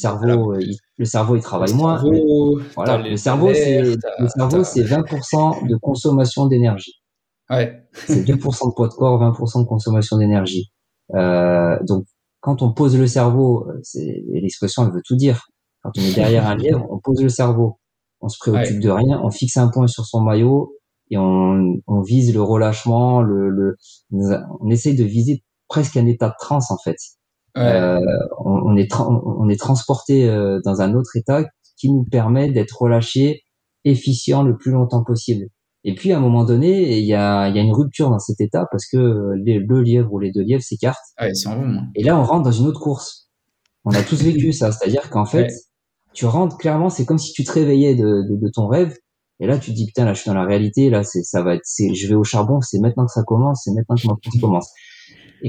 le cerveau il Le travaille moins. cerveau, Voilà, t'as l'air, le cerveau c'est 20% de consommation d'énergie. ouais, C'est 2% de poids de corps, 20% de consommation d'énergie. Donc, quand on pose le cerveau, et l'expression, elle veut tout dire. Quand on est derrière un lièvre, on pose le cerveau. On se préoccupe ouais, de rien, on fixe un point sur son maillot et on vise le relâchement, on essaie de viser presque un état de transe, en fait. ouais, Euh, on est transporté dans un autre état qui nous permet d'être relâché, efficient le plus longtemps possible. Et puis à un moment donné, il y a une rupture dans cet état parce que le lièvre ou les deux lièvres s'écartent. ouais, ils s'en vont, hein. Et là, on rentre dans une autre course. On a tous vécu ça, c'est-à-dire qu'en fait, Ouais, tu rentres clairement, c'est comme si tu te réveillais de ton rêve. Et là, tu te dis putain, là, je suis dans la réalité. Là, je vais au charbon. C'est maintenant que ça commence. C'est maintenant que ma course commence. Et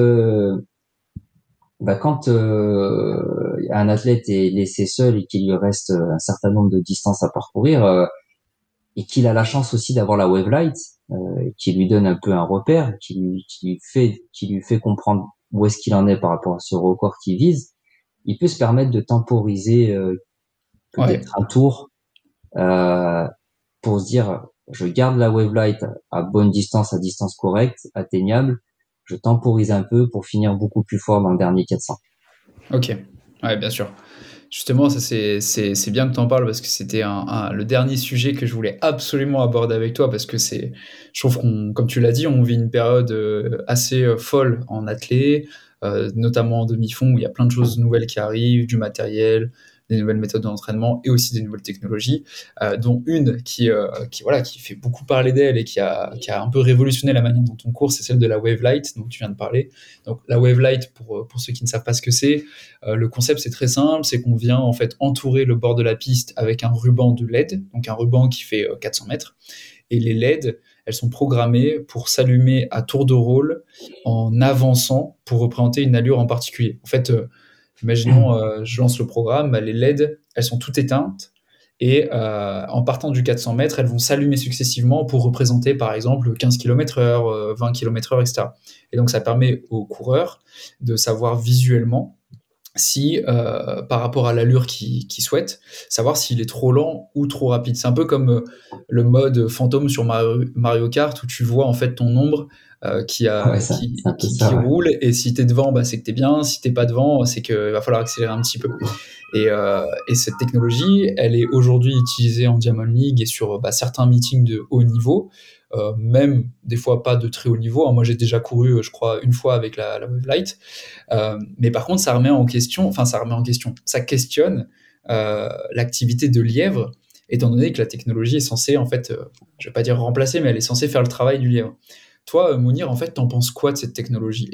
quand un athlète est laissé seul et qu'il lui reste un certain nombre de distances à parcourir, et qu'il a la chance aussi d'avoir la wavelight, qui lui donne un peu un repère, qui lui fait comprendre où est-ce qu'il en est par rapport à ce record qu'il vise, il peut se permettre de temporiser ouais, peut-être un tour pour se dire je garde la wavelight à bonne distance, à distance correcte, atteignable, je temporise un peu pour finir beaucoup plus fort dans le dernier 400. ok, ouais, bien sûr. Justement, ça c'est bien que tu en parles parce que c'était le dernier sujet que je voulais absolument aborder avec toi parce que je trouve qu'on, comme tu l'as dit, on vit une période assez folle en athlée, notamment en demi-fond où il y a plein de choses nouvelles qui arrivent, du matériel, des nouvelles méthodes d'entraînement et aussi des nouvelles technologies, dont une voilà, qui fait beaucoup parler d'elle et qui a un peu révolutionné la manière dont on court, c'est celle de la Wave Light dont tu viens de parler. Donc la Wave Light, pour ceux qui ne savent pas ce que c'est, le concept, c'est très simple, c'est qu'on vient en fait entourer le bord de la piste avec un ruban de LED, donc un ruban qui fait 400 mètres. Et les LED, elles sont programmées pour s'allumer à tour de rôle en avançant pour représenter une allure en particulier. En fait, imaginons, je lance le programme, bah, les LED, elles sont toutes éteintes. Et en partant du 400 mètres, elles vont s'allumer successivement pour représenter par exemple 15 km/h, 20 km/h, etc. Et donc ça permet aux coureurs de savoir visuellement si, par rapport à l'allure qu'il souhaite, savoir s'il est trop lent ou trop rapide. C'est un peu comme le mode fantôme sur Mario Kart où tu vois en fait ton ombre Ouais, c'est un peu qui ça, ouais. roule et si t'es devant, bah, c'est que t'es bien, si t'es pas devant, c'est qu'il va falloir accélérer un petit peu. Et cette technologie, elle est aujourd'hui utilisée en Diamond League et sur bah, certains meetings de haut niveau, même des fois pas de très haut niveau. Moi, j'ai déjà couru, je crois, une fois avec la Wave Light. Mais par contre, ça questionne l'activité de lièvre, étant donné que la technologie est censée, en fait, je vais pas dire remplacer, mais elle est censée faire le travail du lièvre. Toi, Mounir, en fait, t'en penses quoi de cette technologie?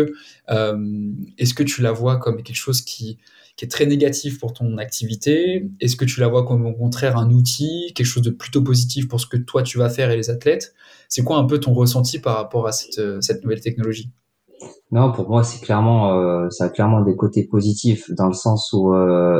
Est-ce que tu la vois comme quelque chose qui est très négatif pour ton activité? Est-ce que tu la vois comme au contraire un outil, quelque chose de plutôt positif pour ce que toi tu vas faire et les athlètes? C'est quoi un peu ton ressenti par rapport à cette nouvelle technologie? Non, pour moi, ça a clairement des côtés positifs dans le sens où,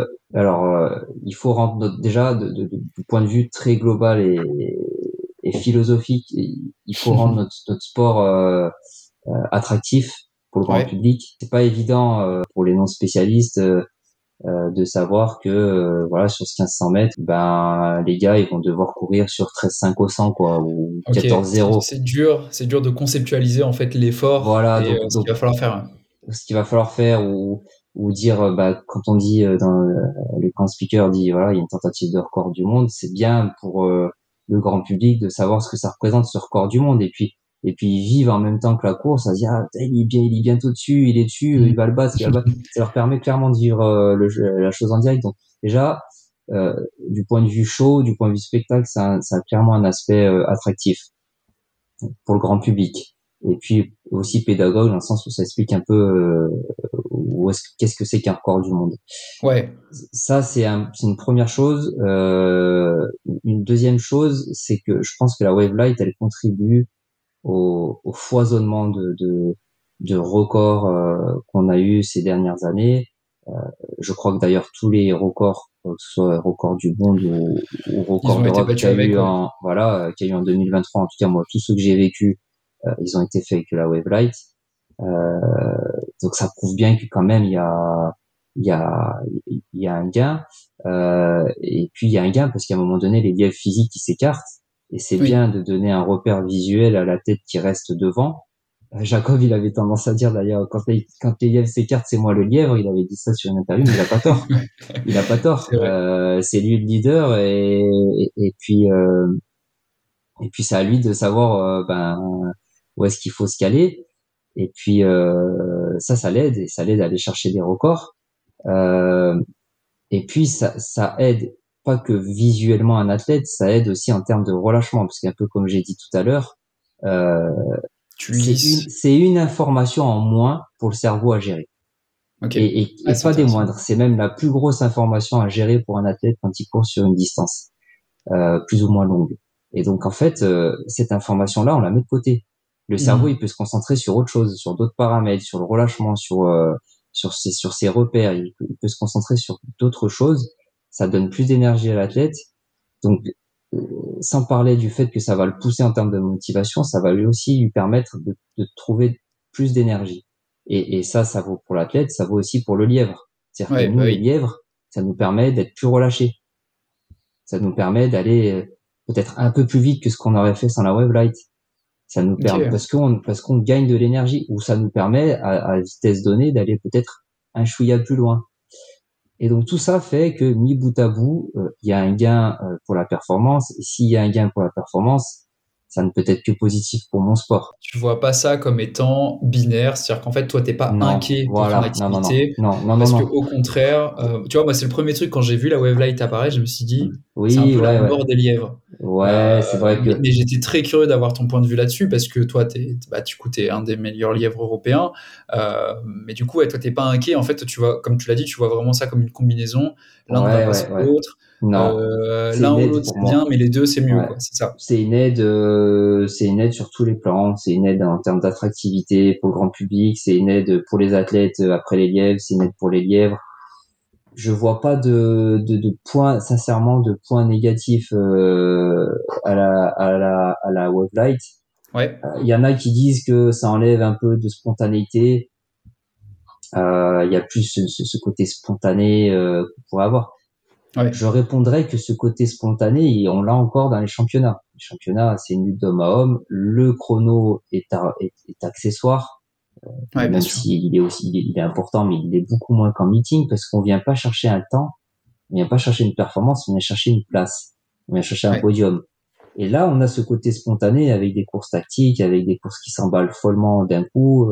il faut rendre déjà du point de vue très global et philosophique, il faut rendre notre sport attractif pour le grand Ouais. public. C'est pas évident pour les non spécialistes de savoir que voilà, sur ce 1500 mètres, ben les gars ils vont devoir courir sur 13,5 au 100 quoi, ou Ok, 14,0. c'est dur de conceptualiser en fait l'effort Voilà, et ce donc qu'il va falloir faire. ce qu'il va falloir faire, ou dire bah quand on dit dans le grand speaker dit voilà, il y a une tentative de record du monde, c'est bien pour le grand public de savoir ce que ça représente, ce record du monde. Et puis ils vivent en même temps que la course à se dire ah, putain, il est bientôt dessus, il est dessus, il Mm. va le battre, il va le battre. Ça leur permet clairement de vivre la chose en direct. Donc déjà euh, du point de vue show, du point de vue spectacle, ça a clairement un aspect attractif pour le grand public. Et puis aussi pédagogue dans le sens où ça explique un peu qu'est-ce que c'est qu'un record du monde. Ouais, Ça, c'est une première chose. Une deuxième chose, c'est que je pense que la Wave Light, elle contribue au foisonnement de records qu'on a eu ces dernières années. Je crois que d'ailleurs tous les records, que ce soit record du monde ou ils record ont été d'Europe battus avec, ouais. qu'il y a eu en 2023, en tout cas moi tous ceux que j'ai vécu, ils ont été faits avec la Wave Light. Euh, donc ça prouve bien que quand même il y a il y a un gain. Et puis il y a un gain parce qu'à un moment donné les lièvres physiques qui s'écartent et c'est Oui. bien de donner un repère visuel à la tête qui reste devant. Jacob, il avait tendance à dire d'ailleurs quand les lièvres s'écartent, c'est moi le lièvre. Il avait dit ça sur une interview, mais il a pas tort. Il a pas tort. C'est vrai. C'est lui le leader et puis c'est à lui de savoir ben où est-ce qu'il faut se caler. Et puis ça l'aide et ça l'aide à aller chercher des records. Euh, et puis ça aide pas que visuellement un athlète, ça aide aussi en termes de relâchement parce qu'un peu comme j'ai dit tout à l'heure, euh, Tu lisses. c'est une information en moins pour le cerveau à gérer. Ok. Ah, Et c'est pas des intéressant. moindres. C'est même la plus grosse information à gérer pour un athlète quand il court sur une distance plus ou moins longue. Et donc en fait, cette information-là, on la met de côté. Le cerveau, il Mhm. peut se concentrer sur autre chose, sur d'autres paramètres, sur le relâchement, sur ses repères. Il peut se concentrer sur d'autres choses. Ça donne plus d'énergie à l'athlète. Donc, sans parler du fait que ça va le pousser en termes de motivation, ça va lui aussi lui permettre de trouver plus d'énergie. Et ça vaut pour l'athlète, ça vaut aussi pour le lièvre. C'est-à-dire que Ouais, nous, bah les oui. lièvres, ça nous permet d'être plus relâchés. Ça nous permet d'aller peut-être un peu plus vite que ce qu'on aurait fait sans la Wave Light. Ça nous permet Ok. parce qu'on gagne de l'énergie ou ça nous permet à vitesse donnée d'aller peut-être un chouïa plus loin. Et donc tout ça fait que mis bout à bout, il y a un gain pour la performance. Et s'il y a un gain pour la performance, ça ne peut être que positif pour mon sport. Tu vois pas ça comme étant binaire, c'est-à-dire qu'en fait, toi, t'es pas Non, inquiet pour ton voilà, non, non, non, activité, non, non, non, parce que non. au contraire, tu vois, moi, c'est le premier truc quand j'ai vu la Wavelight apparaître, je me suis dit, c'est un Oui, peu la ouais, ouais, mort des lièvres. ouais, c'est vrai que Mais j'étais très curieux d'avoir ton point de vue là-dessus, parce que toi, bah, du coup, t'es un des meilleurs lièvres européens, mais du coup, ouais, toi, t'es pas inquiet. En fait, tu vois, comme tu l'as dit, tu vois vraiment ça comme une combinaison. L'un ne va ouais, pas ouais, sans ouais. l'autre. Non, c'est L'un une ou aide l'autre, pour c'est bien, moi. mais les deux, c'est mieux, Ouais, quoi. C'est ça. c'est une aide sur tous les plans. C'est une aide en termes d'attractivité pour le grand public. C'est une aide pour les athlètes après les lièvres. C'est une aide pour les lièvres. Je vois pas de points, sincèrement, de points négatifs à la Wave Light. Ouais, Il y en a qui disent que ça enlève un peu de spontanéité. Il y a plus ce côté spontané qu'on pourrait avoir. ouais, Je répondrais que ce côté spontané, on l'a encore dans les championnats. Les championnats, c'est une lutte d'homme à homme. Le chrono est accessoire, ouais, bien même sûr. s'il est aussi, il est important, mais il est beaucoup moins qu'en meeting parce qu'on vient pas chercher un temps, on vient pas chercher une performance, on vient chercher une place, on vient chercher un Ouais. podium. Et là, on a ce côté spontané avec des courses tactiques, avec des courses qui s'emballent follement d'un coup,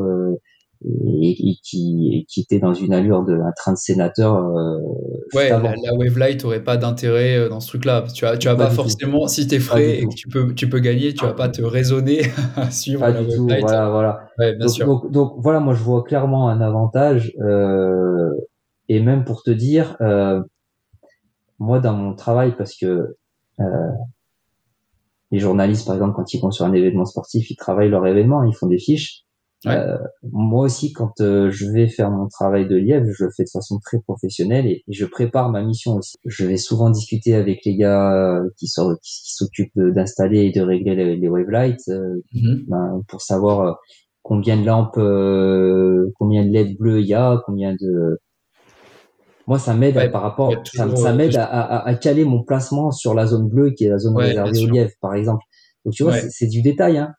et qui était dans une allure de un train de sénateur juste Ouais, avant. la Wavelight aurait pas d'intérêt dans ce truc-là. Tu vas Pas pas du tout, forcément, si t'es pas du frais et que tout. tu peux gagner, tu vas pas te raisonner à suivre Pas la du tout, Wavelight. voilà, voilà. Ouais, bien sûr. Donc voilà, moi je vois clairement un avantage, et même pour te dire, moi dans mon travail, parce que les journalistes, par exemple, quand ils vont sur un événement sportif, ils travaillent leur événement, ils font des fiches. Ouais. Moi aussi, quand je vais faire mon travail de lièvre, je le fais de façon très professionnelle et je prépare ma mission aussi. Je vais souvent discuter avec les gars qui s'occupent d'installer et de régler les wave lights, Mhm. pour savoir combien de lampes, combien de LED bleus il y a, combien de. Moi, ça m'aide Ouais, par pour être rapport, toujours, ça m'aide à caler mon placement sur la zone bleue qui est la zone ouais, bien réservée aux sûr. lièvres, par exemple. Donc tu vois, Ouais. c'est du détail, hein.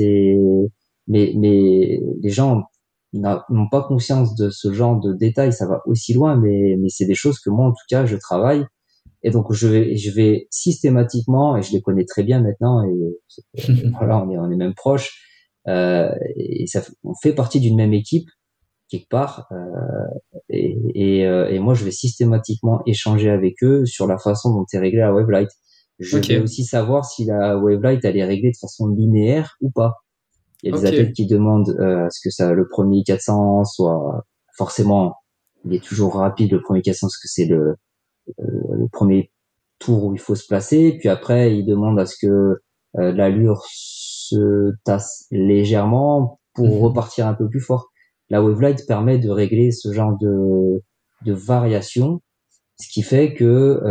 Mais les gens n'ont pas conscience de ce genre de détails. Ça va aussi loin, mais c'est des choses que moi, en tout cas, je travaille. Et donc je vais systématiquement, et je les connais très bien maintenant, et voilà, on est même proches. Et ça, on fait partie d'une même équipe quelque part. Et moi, je vais systématiquement échanger avec eux sur la façon dont est réglée la Wavelight. Je vais OK. aussi savoir si la Wavelight elle est réglée de façon linéaire ou pas. Il y a des athlètes OK. qui demandent à ce que ça, le premier 400 soit forcément, il est toujours rapide le premier 400 parce que c'est le premier tour où il faut se placer. Puis après, ils demandent à ce que l'allure se tasse légèrement pour Mhm. repartir un peu plus fort. La Wavelight permet de régler ce genre de variation, ce qui fait que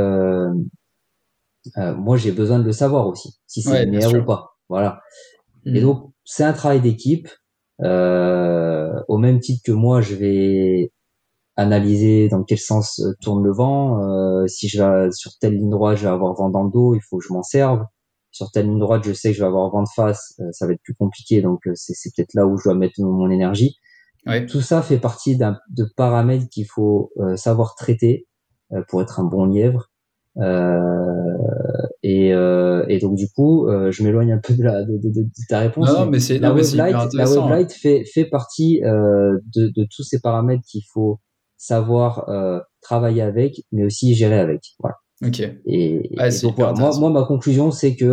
moi j'ai besoin de le savoir aussi, si c'est Ouais, bien linéaire ou sûr. pas. Voilà. Et Mhm. donc c'est un travail d'équipe. Au même titre que moi, je vais analyser dans quel sens tourne le vent. Si je vais sur telle ligne droite, je vais avoir vent dans le dos, il faut que je m'en serve. Sur telle ligne droite, je sais que je vais avoir vent de face, ça va être plus compliqué, donc c'est peut-être là où je dois mettre mon énergie. Ouais. Tout ça fait partie de paramètres qu'il faut savoir traiter pour être un bon lièvre. Euh, et donc du coup, je m'éloigne un peu de ta Non, réponse, non, mais mais non, mais c'est hyper La intéressant, wave ouais. light fait partie de tous ces paramètres qu'il faut savoir travailler avec, mais aussi gérer avec. Voilà. OK. Ouais, Et c'est donc hyper voilà, intéressant. moi ma conclusion c'est que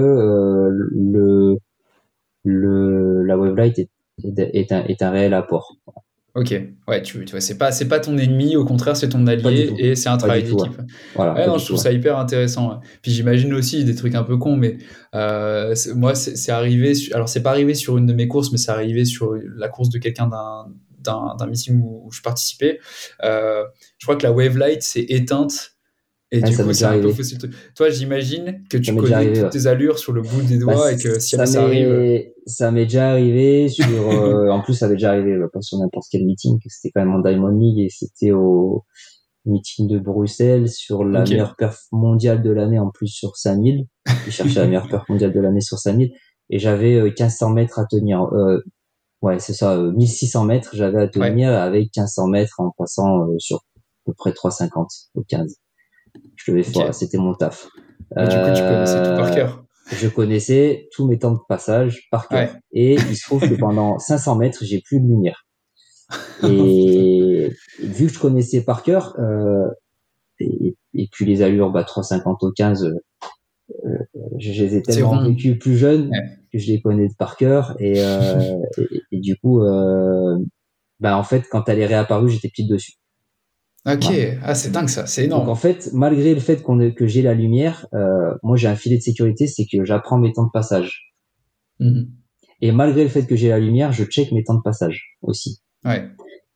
la wave light est un réel apport. OK. Ouais, tu vois, c'est pas ton ennemi, au contraire, c'est ton Pas du allié tout, et c'est un pas du travail tout. Ouais. d'équipe. Voilà, Ouais, pas non, du je tout. trouve Ouais. ça hyper intéressant, ouais. Puis j'imagine aussi des trucs un peu cons, mais moi, c'est arrivé. Alors, c'est pas arrivé sur une de mes courses, mais c'est arrivé sur la course de quelqu'un d'un meeting où je participais. Je crois que la wave light s'est éteinte et Ouais, du ça coup, m'est c'est déjà un peu arrivé. faussé le truc. Toi, j'imagine que Ça tu m'est déjà connais arrivé. toutes Ouais. tes allures sur le bout des Bah, doigts et que si jamais ça arrive. ça m'est déjà arrivé sur, en plus, ça avait déjà arrivé, pas sur n'importe quel meeting, que c'était quand même en Diamond League et c'était au meeting de Bruxelles sur la OK. meilleure perf mondiale de l'année, en plus sur 5000. Ils cherchaient la meilleure perf mondiale de l'année sur 5000 et j'avais 1500 mètres à tenir. Ouais, c'est ça, 1600 mètres, j'avais à Ouais. tenir avec 1500 mètres en passant sur. peu près 3,50 au 15. Je devais faire, c'était mon taf. Et du coup, tu connaissais tout par cœur. Je connaissais tous mes temps de passage par cœur. Ouais. Et il se trouve que pendant 500 mètres, j'ai plus de lumière. Et vu que je connaissais par cœur, et puis les allures, 3,50 au 15, je les ai tellement vécues plus jeunes que je les connais par cœur. Et du coup, en fait, quand elle est réapparue, j'étais pile dessus. Ok, voilà. C'est dingue ça, c'est énorme. Donc en fait, malgré le fait que j'ai la lumière, moi j'ai un filet de sécurité, c'est que j'apprends mes temps de passage. Mm-hmm. Et malgré le fait que j'ai la lumière, je check mes temps de passage aussi. Ouais.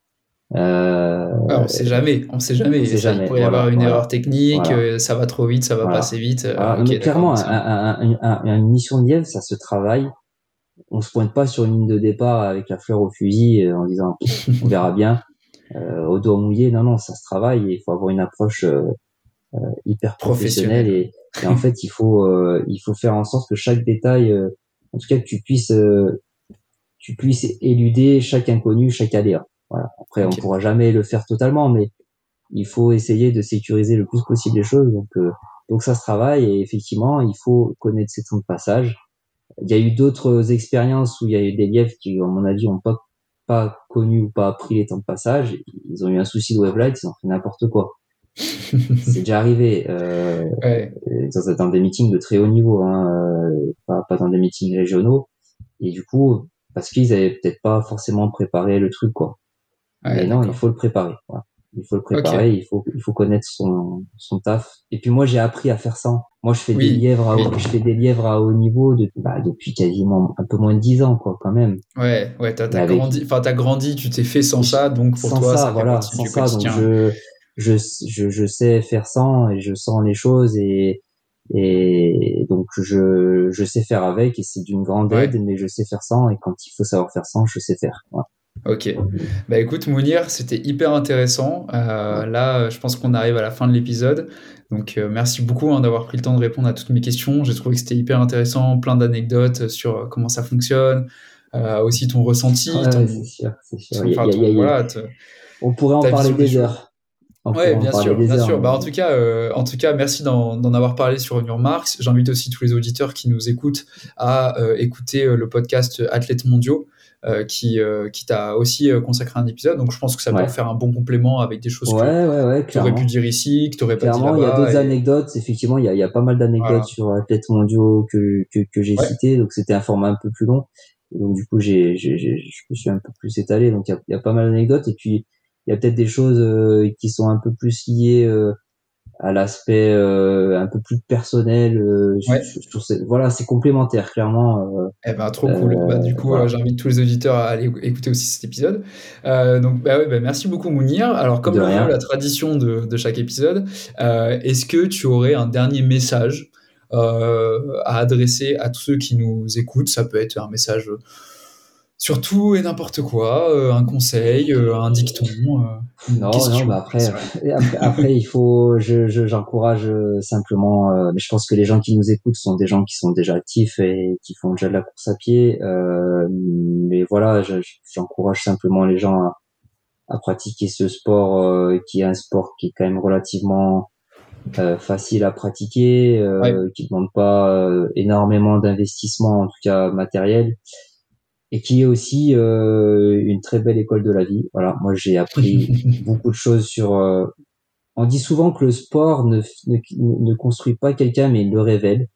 On sait jamais. Il pourrait y avoir une erreur technique, ça va trop vite, ça va pas assez vite. Mais clairement, une mission de lièvre, ça se travaille. On se pointe pas sur une ligne de départ avec la fleur au fusil en disant on verra bien au doigt mouillé. Non, ça se travaille et il faut avoir une approche hyper professionnelle et en fait il faut faire en sorte que chaque détail, en tout cas que tu puisses éluder chaque inconnu, chaque aléa. Voilà. Après on pourra jamais le faire totalement, mais il faut essayer de sécuriser le plus possible les choses. Donc ça se travaille et effectivement il faut connaître ses temps de passage. Il y a eu d'autres expériences où il y a eu des lièvres qui, à mon avis, ont pas connu ou pas appris les temps de passage. Ils ont eu un souci de wavelight, ils ont fait n'importe quoi. C'est déjà arrivé dans des meetings de très haut niveau, pas dans des meetings régionaux. Et du coup, parce qu'ils avaient peut-être pas forcément préparé le truc, quoi. Mais non, il faut le préparer. Voilà. Il faut le préparer, il faut connaître son taf. Et puis moi, j'ai appris à faire ça. Moi, je fais des lièvres à haut niveau depuis quasiment un peu moins de 10 ans, quoi, quand même. Ouais, t'as grandi, tu t'es fait sans ça, donc pour toi, ça fait partie du quotidien. Donc je sais faire sans et je sens les choses et donc je sais faire avec et c'est d'une grande aide, mais je sais faire sans et quand il faut savoir faire sans, je sais faire. Voilà. Ok. Bah écoute, Mounir, c'était hyper intéressant. Là, je pense qu'on arrive à la fin de l'épisode. Donc, merci beaucoup d'avoir pris le temps de répondre à toutes mes questions. J'ai trouvé que c'était hyper intéressant, plein d'anecdotes sur comment ça fonctionne, aussi ton ressenti. C'est sûr. On pourrait en parler des heures. Bien sûr. En tout cas, merci d'en avoir parlé sur Nurmarks. J'invite aussi tous les auditeurs qui nous écoutent à écouter le podcast Athlètes mondiaux. Qui t'a aussi consacré un épisode, donc je pense que ça peut faire un bon complément avec des choses que tu aurais pu dire ici, que tu n'aurais pas dit là-bas. Il y a d'autres anecdotes, effectivement, il y a pas mal d'anecdotes sur athlètes mondiaux que j'ai citées, donc c'était un format un peu plus long, et donc du coup je me suis un peu plus étalé, donc il y a pas mal d'anecdotes, et puis il y a peut-être des choses qui sont un peu plus liées à l'aspect un peu plus personnel. Voilà, c'est complémentaire, clairement. Trop cool. Du coup, j'invite tous les auditeurs à aller écouter aussi cet épisode. Donc, merci beaucoup, Mounir. Alors, comme le veut la tradition de chaque épisode, est-ce que tu aurais un dernier message à adresser à tous ceux qui nous écoutent? Ça peut être un message sur tout et n'importe quoi, un conseil, un dicton, une question. Après, il faut, j'encourage simplement. Mais je pense que les gens qui nous écoutent sont des gens qui sont déjà actifs et qui font déjà de la course à pied. Mais voilà, j'encourage simplement les gens à pratiquer ce sport, qui est un sport qui est quand même relativement facile à pratiquer, qui ne demande pas énormément d'investissement, en tout cas matériel. Et qui est aussi une très belle école de la vie. Voilà, moi j'ai appris beaucoup de choses sur. On dit souvent que le sport ne construit pas quelqu'un, mais il le révèle.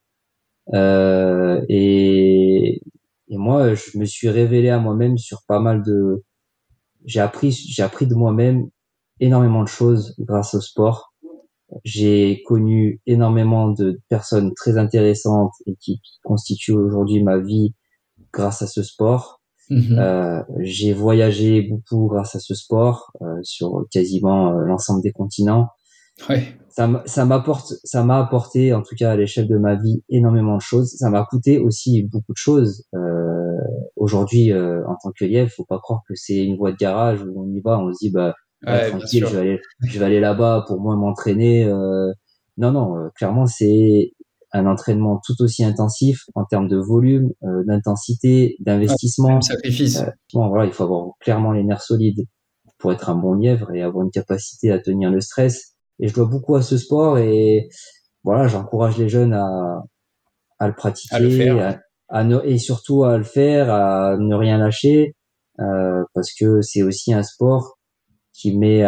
Et moi, je me suis révélé à moi-même sur pas mal de. J'ai appris de moi-même énormément de choses grâce au sport. J'ai connu énormément de personnes très intéressantes et qui constituent aujourd'hui ma vie grâce à ce sport. J'ai voyagé beaucoup grâce à ce sport sur quasiment l'ensemble des continents. Ça m'a apporté, en tout cas à l'échelle de ma vie, énormément de choses. Ça m'a coûté aussi beaucoup de choses. Aujourd'hui, en tant que lièvre, faut pas croire que c'est une voie de garage où on y va, on se dit tranquille, je vais aller là-bas pour moins m'entraîner. Non, clairement c'est un entraînement tout aussi intensif en termes de volume, d'intensité, d'investissement. Sacrifice. Voilà, il faut avoir clairement les nerfs solides pour être un bon lièvre et avoir une capacité à tenir le stress. Et je dois beaucoup à ce sport et voilà, j'encourage les jeunes à le À le pratiquer, faire. et surtout à le faire, à ne rien lâcher, parce que c'est aussi un sport qui met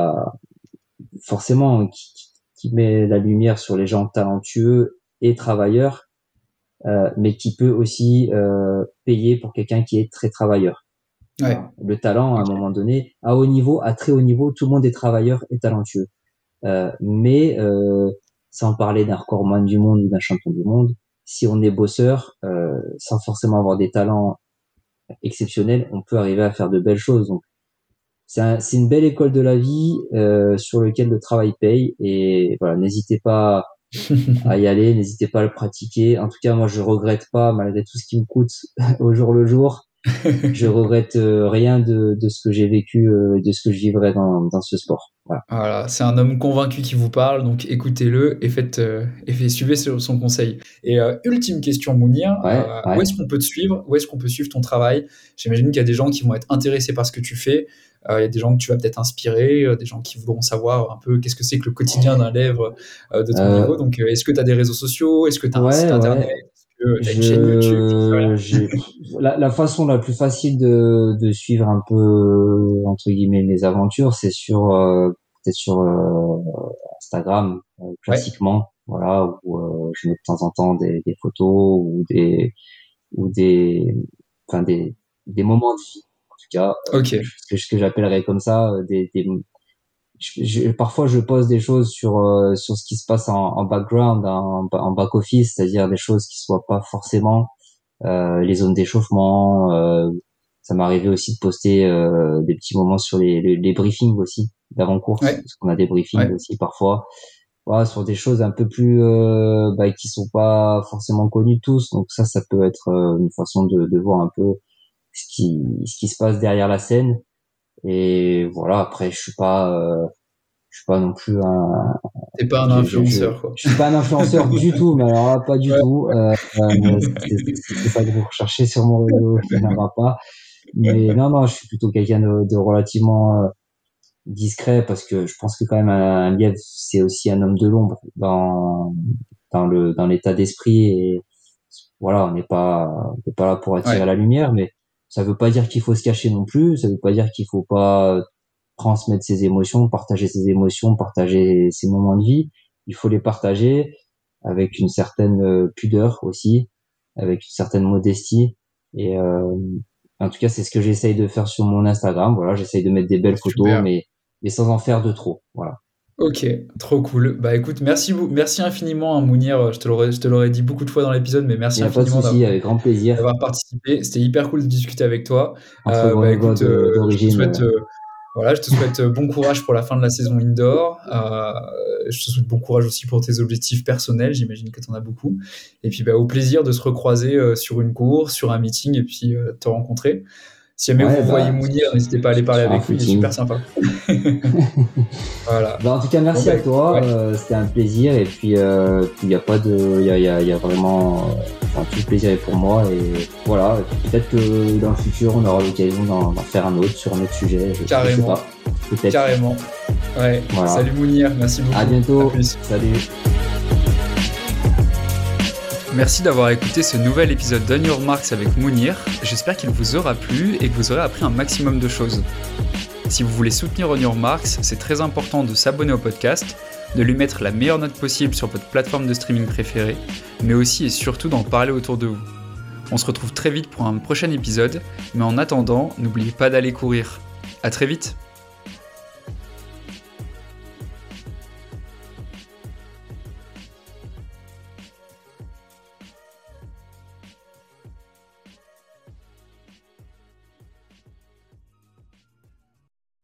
forcément qui met la lumière sur les gens talentueux et travailleurs, mais qui peut aussi payer pour quelqu'un qui est très travailleur. Ouais. Voilà. Le talent, à un Ok. moment donné, à haut niveau, à très haut niveau, tout le monde est travailleur et talentueux. Mais sans parler d'un recordman du monde ou d'un champion du monde, si on est bosseur, sans forcément avoir des talents exceptionnels, on peut arriver à faire de belles choses. Donc, c'est une belle école de la vie sur lequel le travail paye. Et voilà, n'hésitez pas à y aller, n'hésitez pas à le pratiquer. En tout cas, moi, je regrette pas, malgré tout ce qui me coûte au jour le jour, je regrette rien de ce que j'ai vécu, de ce que je vivrai dans ce sport. Voilà. Voilà, c'est un homme convaincu qui vous parle, donc écoutez-le et suivez son conseil. Et ultime question, Mounir, Ouais, où ouais. est-ce qu'on peut te suivre? Où est-ce qu'on peut suivre ton travail? J'imagine qu'il y a des gens qui vont être intéressés par ce que tu fais. Il y a des gens que tu vas peut-être inspirer, des gens qui voudront savoir un peu qu'est-ce que c'est que le quotidien d'un lièvre de ton niveau. Euh, Donc, est-ce que tu as des réseaux sociaux? Est-ce que tu as un site ouais, internet? ouais. Est-ce que tu as une chaîne YouTube? J'en sais rien. La façon la plus facile de suivre un peu, entre guillemets, mes aventures, c'est peut-être sur Instagram, Ouais, classiquement, voilà, où je mets de temps en temps des photos ou enfin des moments de vie, en tout cas, ok, ce que j'appellerais comme ça, parfois je pose des choses sur ce qui se passe en background, en back office, c'est-à-dire des choses qui soient pas forcément les zones d'échauffement. Ça m'est arrivé aussi de poster des petits moments sur les briefings aussi d'avant-course, ouais, parce qu'on a des briefings ouais. aussi parfois. Voilà, sur des choses un peu plus qui sont pas forcément connues de tous. Donc ça peut être une façon de voir un peu ce qui se passe derrière la scène. Et voilà, après je suis pas non plus T'es pas un influenceur, quoi. je suis pas un influenceur du tout, mais alors là, pas du Ouais. tout. Si c'est ça que vous recherchez sur mon réseau, il n'y en aura pas. Mais non, non, je suis plutôt quelqu'un de relativement discret parce que je pense que quand même un lièvre, c'est aussi un homme de l'ombre dans l'état d'esprit. Et voilà, on n'est pas là pour attirer Ouais. la lumière, mais ça veut pas dire qu'il faut se cacher non plus. Ça veut pas dire qu'il faut pas transmettre ses émotions, partager ses moments de vie. Il faut les partager avec une certaine pudeur aussi, avec une certaine modestie. Et en tout cas, c'est ce que j'essaye de faire sur mon Instagram. Voilà, j'essaye de mettre des belles photos, Super. mais sans en faire de trop. Voilà. Ok, trop cool. Bah écoute, merci infiniment, hein, Mounir. Je te l'aurais dit beaucoup de fois dans l'épisode, mais Il merci n'y a pas de infiniment souci, avec grand plaisir. d'avoir participé. C'était hyper cool de discuter avec toi. Entre Bah écoute, grenoblois je te d'origine, souhaite, voilà, je te souhaite bon courage pour la fin de la saison indoor. Je te souhaite bon courage aussi pour tes objectifs personnels. J'imagine que tu en as beaucoup. Et puis bah, au plaisir de se recroiser sur une course, sur un meeting, et puis te rencontrer. Si jamais ouais, vous voyez Mounir, n'hésitez pas à aller parler sur un avec lui. Il est super footing. sympa. Voilà. Bah, en tout cas, Bon merci bah à toi. ouais. C'était un plaisir. Et puis, il y a pas de, il y a vraiment, enfin, tout le plaisir est pour moi. Et voilà. Peut-être que dans le futur, on aura l'occasion d'en faire un autre sur un autre sujet. Je sais Carrément, pas. Peut-être. carrément. Ouais, Voilà. salut Mounir, merci À beaucoup. À bientôt. plus. Salut. Merci d'avoir écouté ce nouvel épisode d'On Your Marks avec Mounir. J'espère qu'il vous aura plu et que vous aurez appris un maximum de choses. Si vous voulez soutenir On Your Marks, c'est très important de s'abonner au podcast, de lui mettre la meilleure note possible sur votre plateforme de streaming préférée, mais aussi et surtout d'en parler autour de vous. On se retrouve très vite pour un prochain épisode, mais en attendant, n'oubliez pas d'aller courir. À très vite!